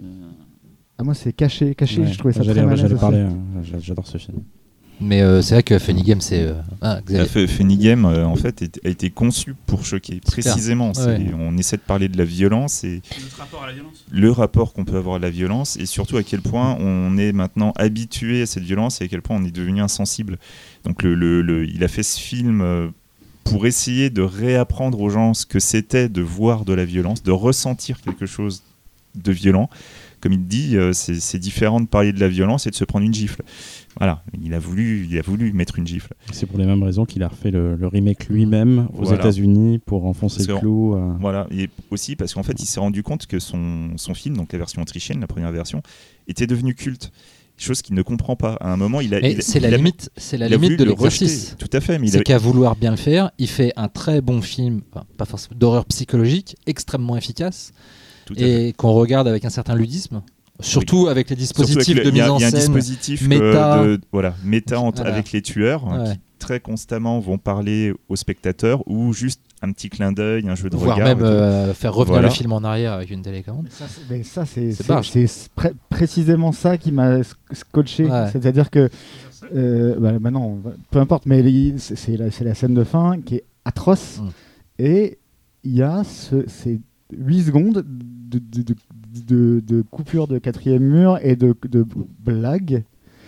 Ah moi c'est Caché, Caché. Ouais. Je trouvais ça j'allais, très malaisant. J'allais parler. Euh, j'adore ce film. Mais euh, c'est vrai que Funny Game, c'est. Euh... Ah, Funny Game, euh, en fait, est, a été conçu pour choquer. C'est précisément. C'est, ouais. On essaie de parler de la violence et. Notre rapport à la violence. Le rapport qu'on peut avoir à la violence et surtout à quel point on est maintenant habitué à cette violence et à quel point on est devenu insensible. Donc, le, le, le, il a fait ce film euh, pour essayer de réapprendre aux gens ce que c'était de voir de la violence, de ressentir quelque chose de violent. Comme il dit, euh, c'est, c'est différent de parler de la violence et de se prendre une gifle. Voilà, il a voulu, il a voulu mettre une gifle. C'est pour les mêmes raisons qu'il a refait le, le remake lui-même aux voilà. États-Unis pour enfoncer parce le clou. Euh... Voilà, et aussi parce qu'en fait, il s'est rendu compte que son, son film, donc la version autrichienne, la première version, était devenu culte. Chose qu'il ne comprend pas. À un moment, il a. Mais il, c'est, il la a, limite, c'est la il limite de le l'exercice. Rejeter. Tout à fait. Mais c'est il a... qu'à vouloir bien le faire, il fait un très bon film, enfin, pas forcément d'horreur psychologique, extrêmement efficace, Tout et qu'on regarde avec un certain ludisme. Surtout oui. avec les dispositifs avec le, de mise a, en scène. Il y a un dispositif méta, euh, de, voilà, méta entre, voilà. avec les tueurs ouais. qui très constamment vont parler aux spectateurs ou juste un petit clin d'œil, un jeu de voire regard. Voire même euh, faire revenir voilà. le film en arrière avec une télécommande. Mais ça, c'est, mais ça, c'est, c'est, c'est, c'est pré- précisément ça qui m'a scotché. Ouais. C'est-à-dire que, euh, bah, bah non, peu importe, mais c'est, c'est, la, c'est la scène de fin qui est atroce. Mm. Et il y a ce, ces huit secondes de, de, de, de, de coupure de quatrième mur et de, de blagues.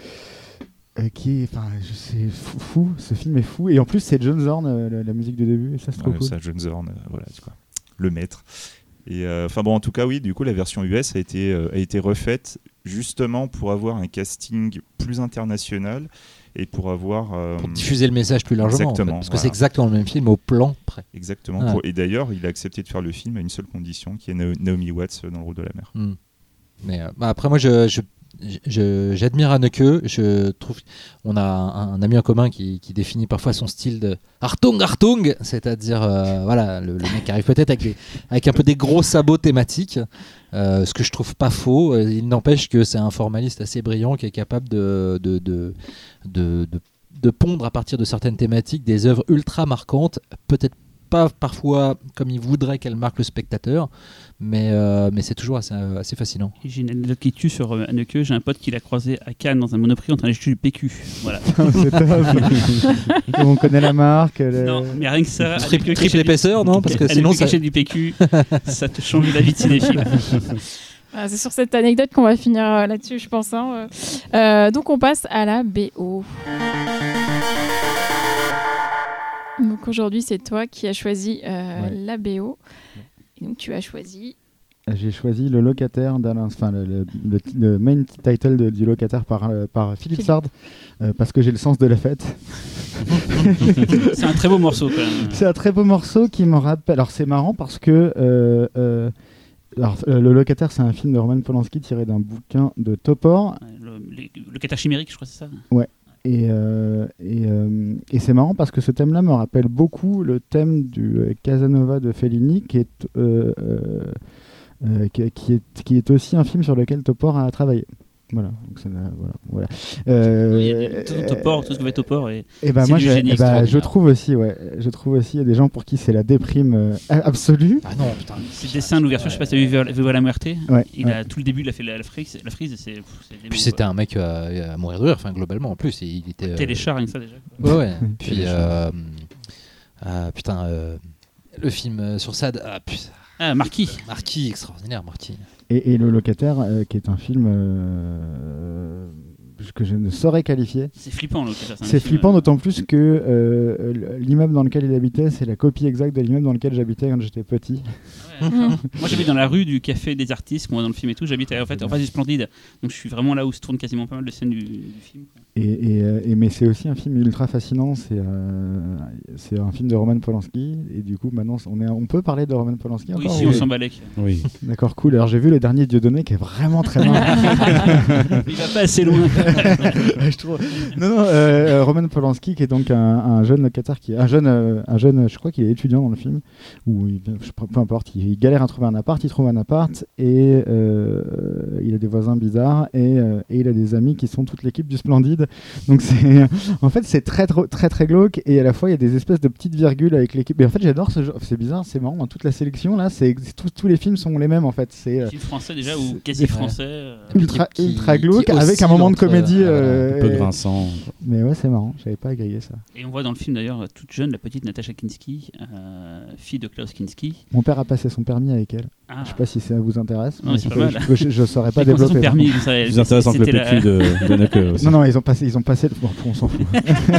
Euh, qui est, enfin, c'est fou, fou, ce film est fou, et en plus c'est John Zorn, euh, la, la musique de début, et ça c'est trop ouais, cool. Ça, John Zorn, euh, voilà, c'est quoi, le maître. Et enfin euh, bon, en tout cas, oui, du coup, la version U S a été euh, a été refaite justement pour avoir un casting plus international et pour avoir euh, pour diffuser le message plus largement. Exactement, en fait, parce voilà. que c'est exactement le même film au plan près. Exactement. Ah. Pour, et d'ailleurs, il a accepté de faire le film à une seule condition, qui est Naomi Watts dans le rôle de la mère. Mm. Mais euh, bah après, moi, je, je Je, j'admire Haneke. Je trouve on a un, un ami en commun qui, qui définit parfois son style de Hartung Hartung, c'est-à-dire euh, voilà le, le mec qui arrive peut-être avec, des, avec un peu des gros sabots thématiques, euh, ce que je trouve pas faux. Il n'empêche que c'est un formaliste assez brillant qui est capable de de, de, de, de, de pondre à partir de certaines thématiques des œuvres ultra marquantes, peut-être pas parfois comme il voudrait qu'elle marque le spectateur, mais, euh, mais c'est toujours assez, assez fascinant. Et j'ai une anecdote qui tue sur euh, Haneke. J'ai un pote qui l'a croisé à Cannes dans un Monoprix en train d'acheter du P Q. Voilà. C'est top. On connaît la marque. Le... Non, mais rien que ça. Triple, triple épaisseur, du... non parce que Haneke sinon ça achète du P Q, ça te change la vie de cinéphile. Ah, c'est sur cette anecdote qu'on va finir euh, là-dessus, je pense. Hein. Euh, donc on passe à la B O. Donc aujourd'hui, c'est toi qui as choisi euh, Ouais. la B O. Et donc tu as choisi. J'ai choisi Le Locataire d'Alain, enfin le, le, le, le main title de, du Locataire par, euh, par Philippe Philippe. Sard, euh, parce que j'ai le sens de la fête. C'est un très beau morceau quand même. C'est un très beau morceau qui me rappelle. Alors c'est marrant parce que euh, euh, alors, euh, Le Locataire, c'est un film de Roman Polanski tiré d'un bouquin de Topor. Ouais, Le, les- le Qatar chimérique, je crois, c'est ça. Et, euh, et, euh, et c'est marrant parce que ce thème-là me rappelle beaucoup le thème du euh, Casanova de Fellini, qui est, euh, euh, euh, qui, qui est, qui est aussi un film sur lequel Topor a travaillé. Voilà. Donc ça n'a- voilà, voilà. Euh, Il y a tout Topor, tout ce que fait Topor. Et... et ben c'est moi, du je, génie eh ben, je extraordinaire. trouve aussi, ouais, je trouve aussi, il y a des gens pour qui c'est la déprime euh, absolue. Ah non, putain. C'est le dessin, l'ouverture, je sais pas si t'as vu Viva Viva la Muerte. Ouais, Il ouais. a tout le début, il a fait la, la frise, la frise et c'est. pff, c'est des Puis mots, c'était quoi. un mec euh, à mourir de rire, enfin globalement en plus. Il était. euh, Téléchar, rien que ça déjà. quoi. Ouais, ouais. Puis Téléchar. euh, ah, putain, euh, le film euh, sur Sade. Ah putain. Ah, Marquis. Marquis, extraordinaire, Marquis. Et, et Le Locataire, euh, qui est un film euh, que je ne saurais qualifier. C'est flippant, le Qatar. un C'est film, flippant, euh, d'autant plus que euh, l'immeuble dans lequel il habitait, c'est la copie exacte de l'immeuble dans lequel j'habitais quand j'étais petit. ouais. Mm. Moi, j'habite dans la rue du Café des Artistes, moi, dans le film et tout. J'habite en fait en face du Splendide. Donc, je suis vraiment là où se tournent quasiment pas mal de scènes du, du film. quoi. Et, et, euh, et- mais c'est aussi un film ultra fascinant. C'est euh, c'est un film de Roman Polanski. Et du coup, maintenant, on, est, on peut parler de Roman Polanski Oui, encore si ou- on s'en balèque. Oui. D'accord, cool. Alors, j'ai vu le dernier Dieudonné qui est vraiment très bien. Il va pas assez loin. Ouais, je trouve. Non, non, euh, euh, Roman Polanski, qui est donc un, un jeune locataire, qui est un jeune, euh, un jeune, je crois qu'il est étudiant dans le film, ou il, je, peu importe, il, il galère à trouver un appart, il trouve un appart et euh, il a des voisins bizarres et, euh, et il a des amis qui sont toute l'équipe du Splendide. Donc c'est, en fait, c'est très, très, très, très glauque et à la fois il y a des espèces de petites virgules avec l'équipe. Et en fait, j'adore ce genre. C'est bizarre, c'est marrant. Dans toute la sélection là, c'est tous, tous les films sont les mêmes en fait. C'est euh, Film français déjà, ou c'est- quasi ouais. français. euh, ultra, qui- ultra qui glauque avec oscille un moment de entre, comédie. euh, Un peu euh, grinçant. mais ouais, c'est marrant. J'avais pas grillé ça. Et on voit dans le film d'ailleurs, toute jeune, la petite Natasha Kinski, euh, fille de Klaus Kinski. Mon père a passé son permis avec elle. Ah, Je sais pas si ça vous intéresse. Non, mais c'est je, pas peux- mal. je, je, je saurais pas Et comment ça, son développer. permis, vous savez, Plus intéressant que le c'était P Q de, de Necke aussi. Non, non, ils ont passé, ils ont passé. Bon, on s'en fout.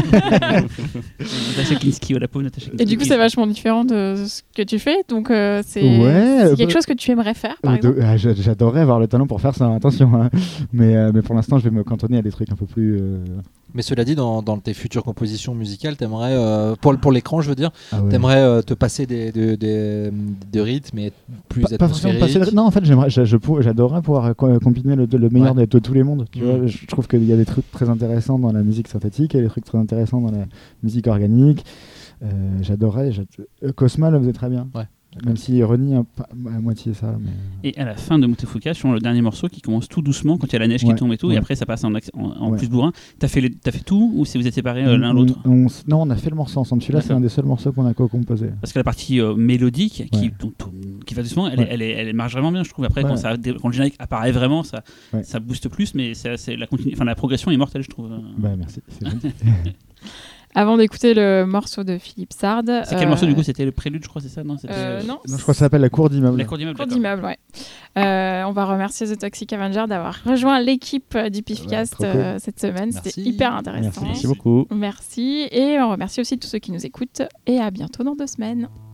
Natasha Kinski, oh, la pauvre Natasha Kinski. Et du coup, c'est vachement différent de ce que tu fais. Donc, euh, c'est Ouais, c'est euh, quelque bah- chose que tu aimerais faire, par Euh, de- exemple. ah, j'a- J'adorerais avoir le talent pour faire ça. Attention, hein. mais euh, mais pour l'instant, je vais me cantonner à des trucs un peu plus. euh, Mais cela dit, dans, dans tes futures compositions musicales, t'aimerais, euh, pour, pour l'écran, je veux dire, ah ouais. t'aimerais euh, te passer des, de, des, de rythmes et être plus Pas- pas forcément atmosphérique. passer le- Non, en fait, j'aimerais, je, je pour- j'adorerais pouvoir euh, co- combiner le, le meilleur Ouais. de, de tous les mondes. Tu Mm. vois, je trouve qu'il y a des trucs très intéressants dans la musique synthétique, il y a des trucs très intéressants dans la musique organique. Euh, j'adorerais. j'a- euh, Cosma le faisait très bien. Ouais. Même s'il renie un pa- à moitié ça. Mais... Et à la fin de Motefuka, sur le dernier morceau qui commence tout doucement quand il y a la neige Ouais, qui tombe et tout, ouais. et après ça passe en, acc- en, en Ouais. plus bourrin. T'as fait, les- t'as fait tout ou si vous êtes séparés euh, On- l'un on- l'autre on s- Non, on a fait le morceau ensemble. Celui-là, c'est D'accord. un des seuls morceaux qu'on a co-composé. Parce que la partie euh, mélodique qui, Ouais. dont- dont- qui va doucement, elle, Ouais. est- elle, est- elle marche vraiment bien, je trouve. Après, Ouais. quand, ça, quand le générique apparaît vraiment, ça, Ouais. ça booste plus, mais c'est, c'est la, continu- enfin, la progression est mortelle, je trouve. Bah, merci. C'est gentil. Avant d'écouter le morceau de Philippe Sard. C'est quel euh, morceau du coup? C'était le prélude, je crois, c'est ça? Non, c'était, euh, euh, non, Non, je crois que ça s'appelle La Cour d'immeuble. La cour d'immeuble. Cours d'accord. d'immeuble, ouais. Euh, on va remercier The Toxic Avenger d'avoir rejoint l'équipe euh, du PIFcast Ouais, trop cool. euh, cette semaine. C'était Merci. hyper intéressant. Merci. Merci beaucoup. Merci. Et on remercie aussi tous ceux qui nous écoutent. Et à bientôt dans deux semaines.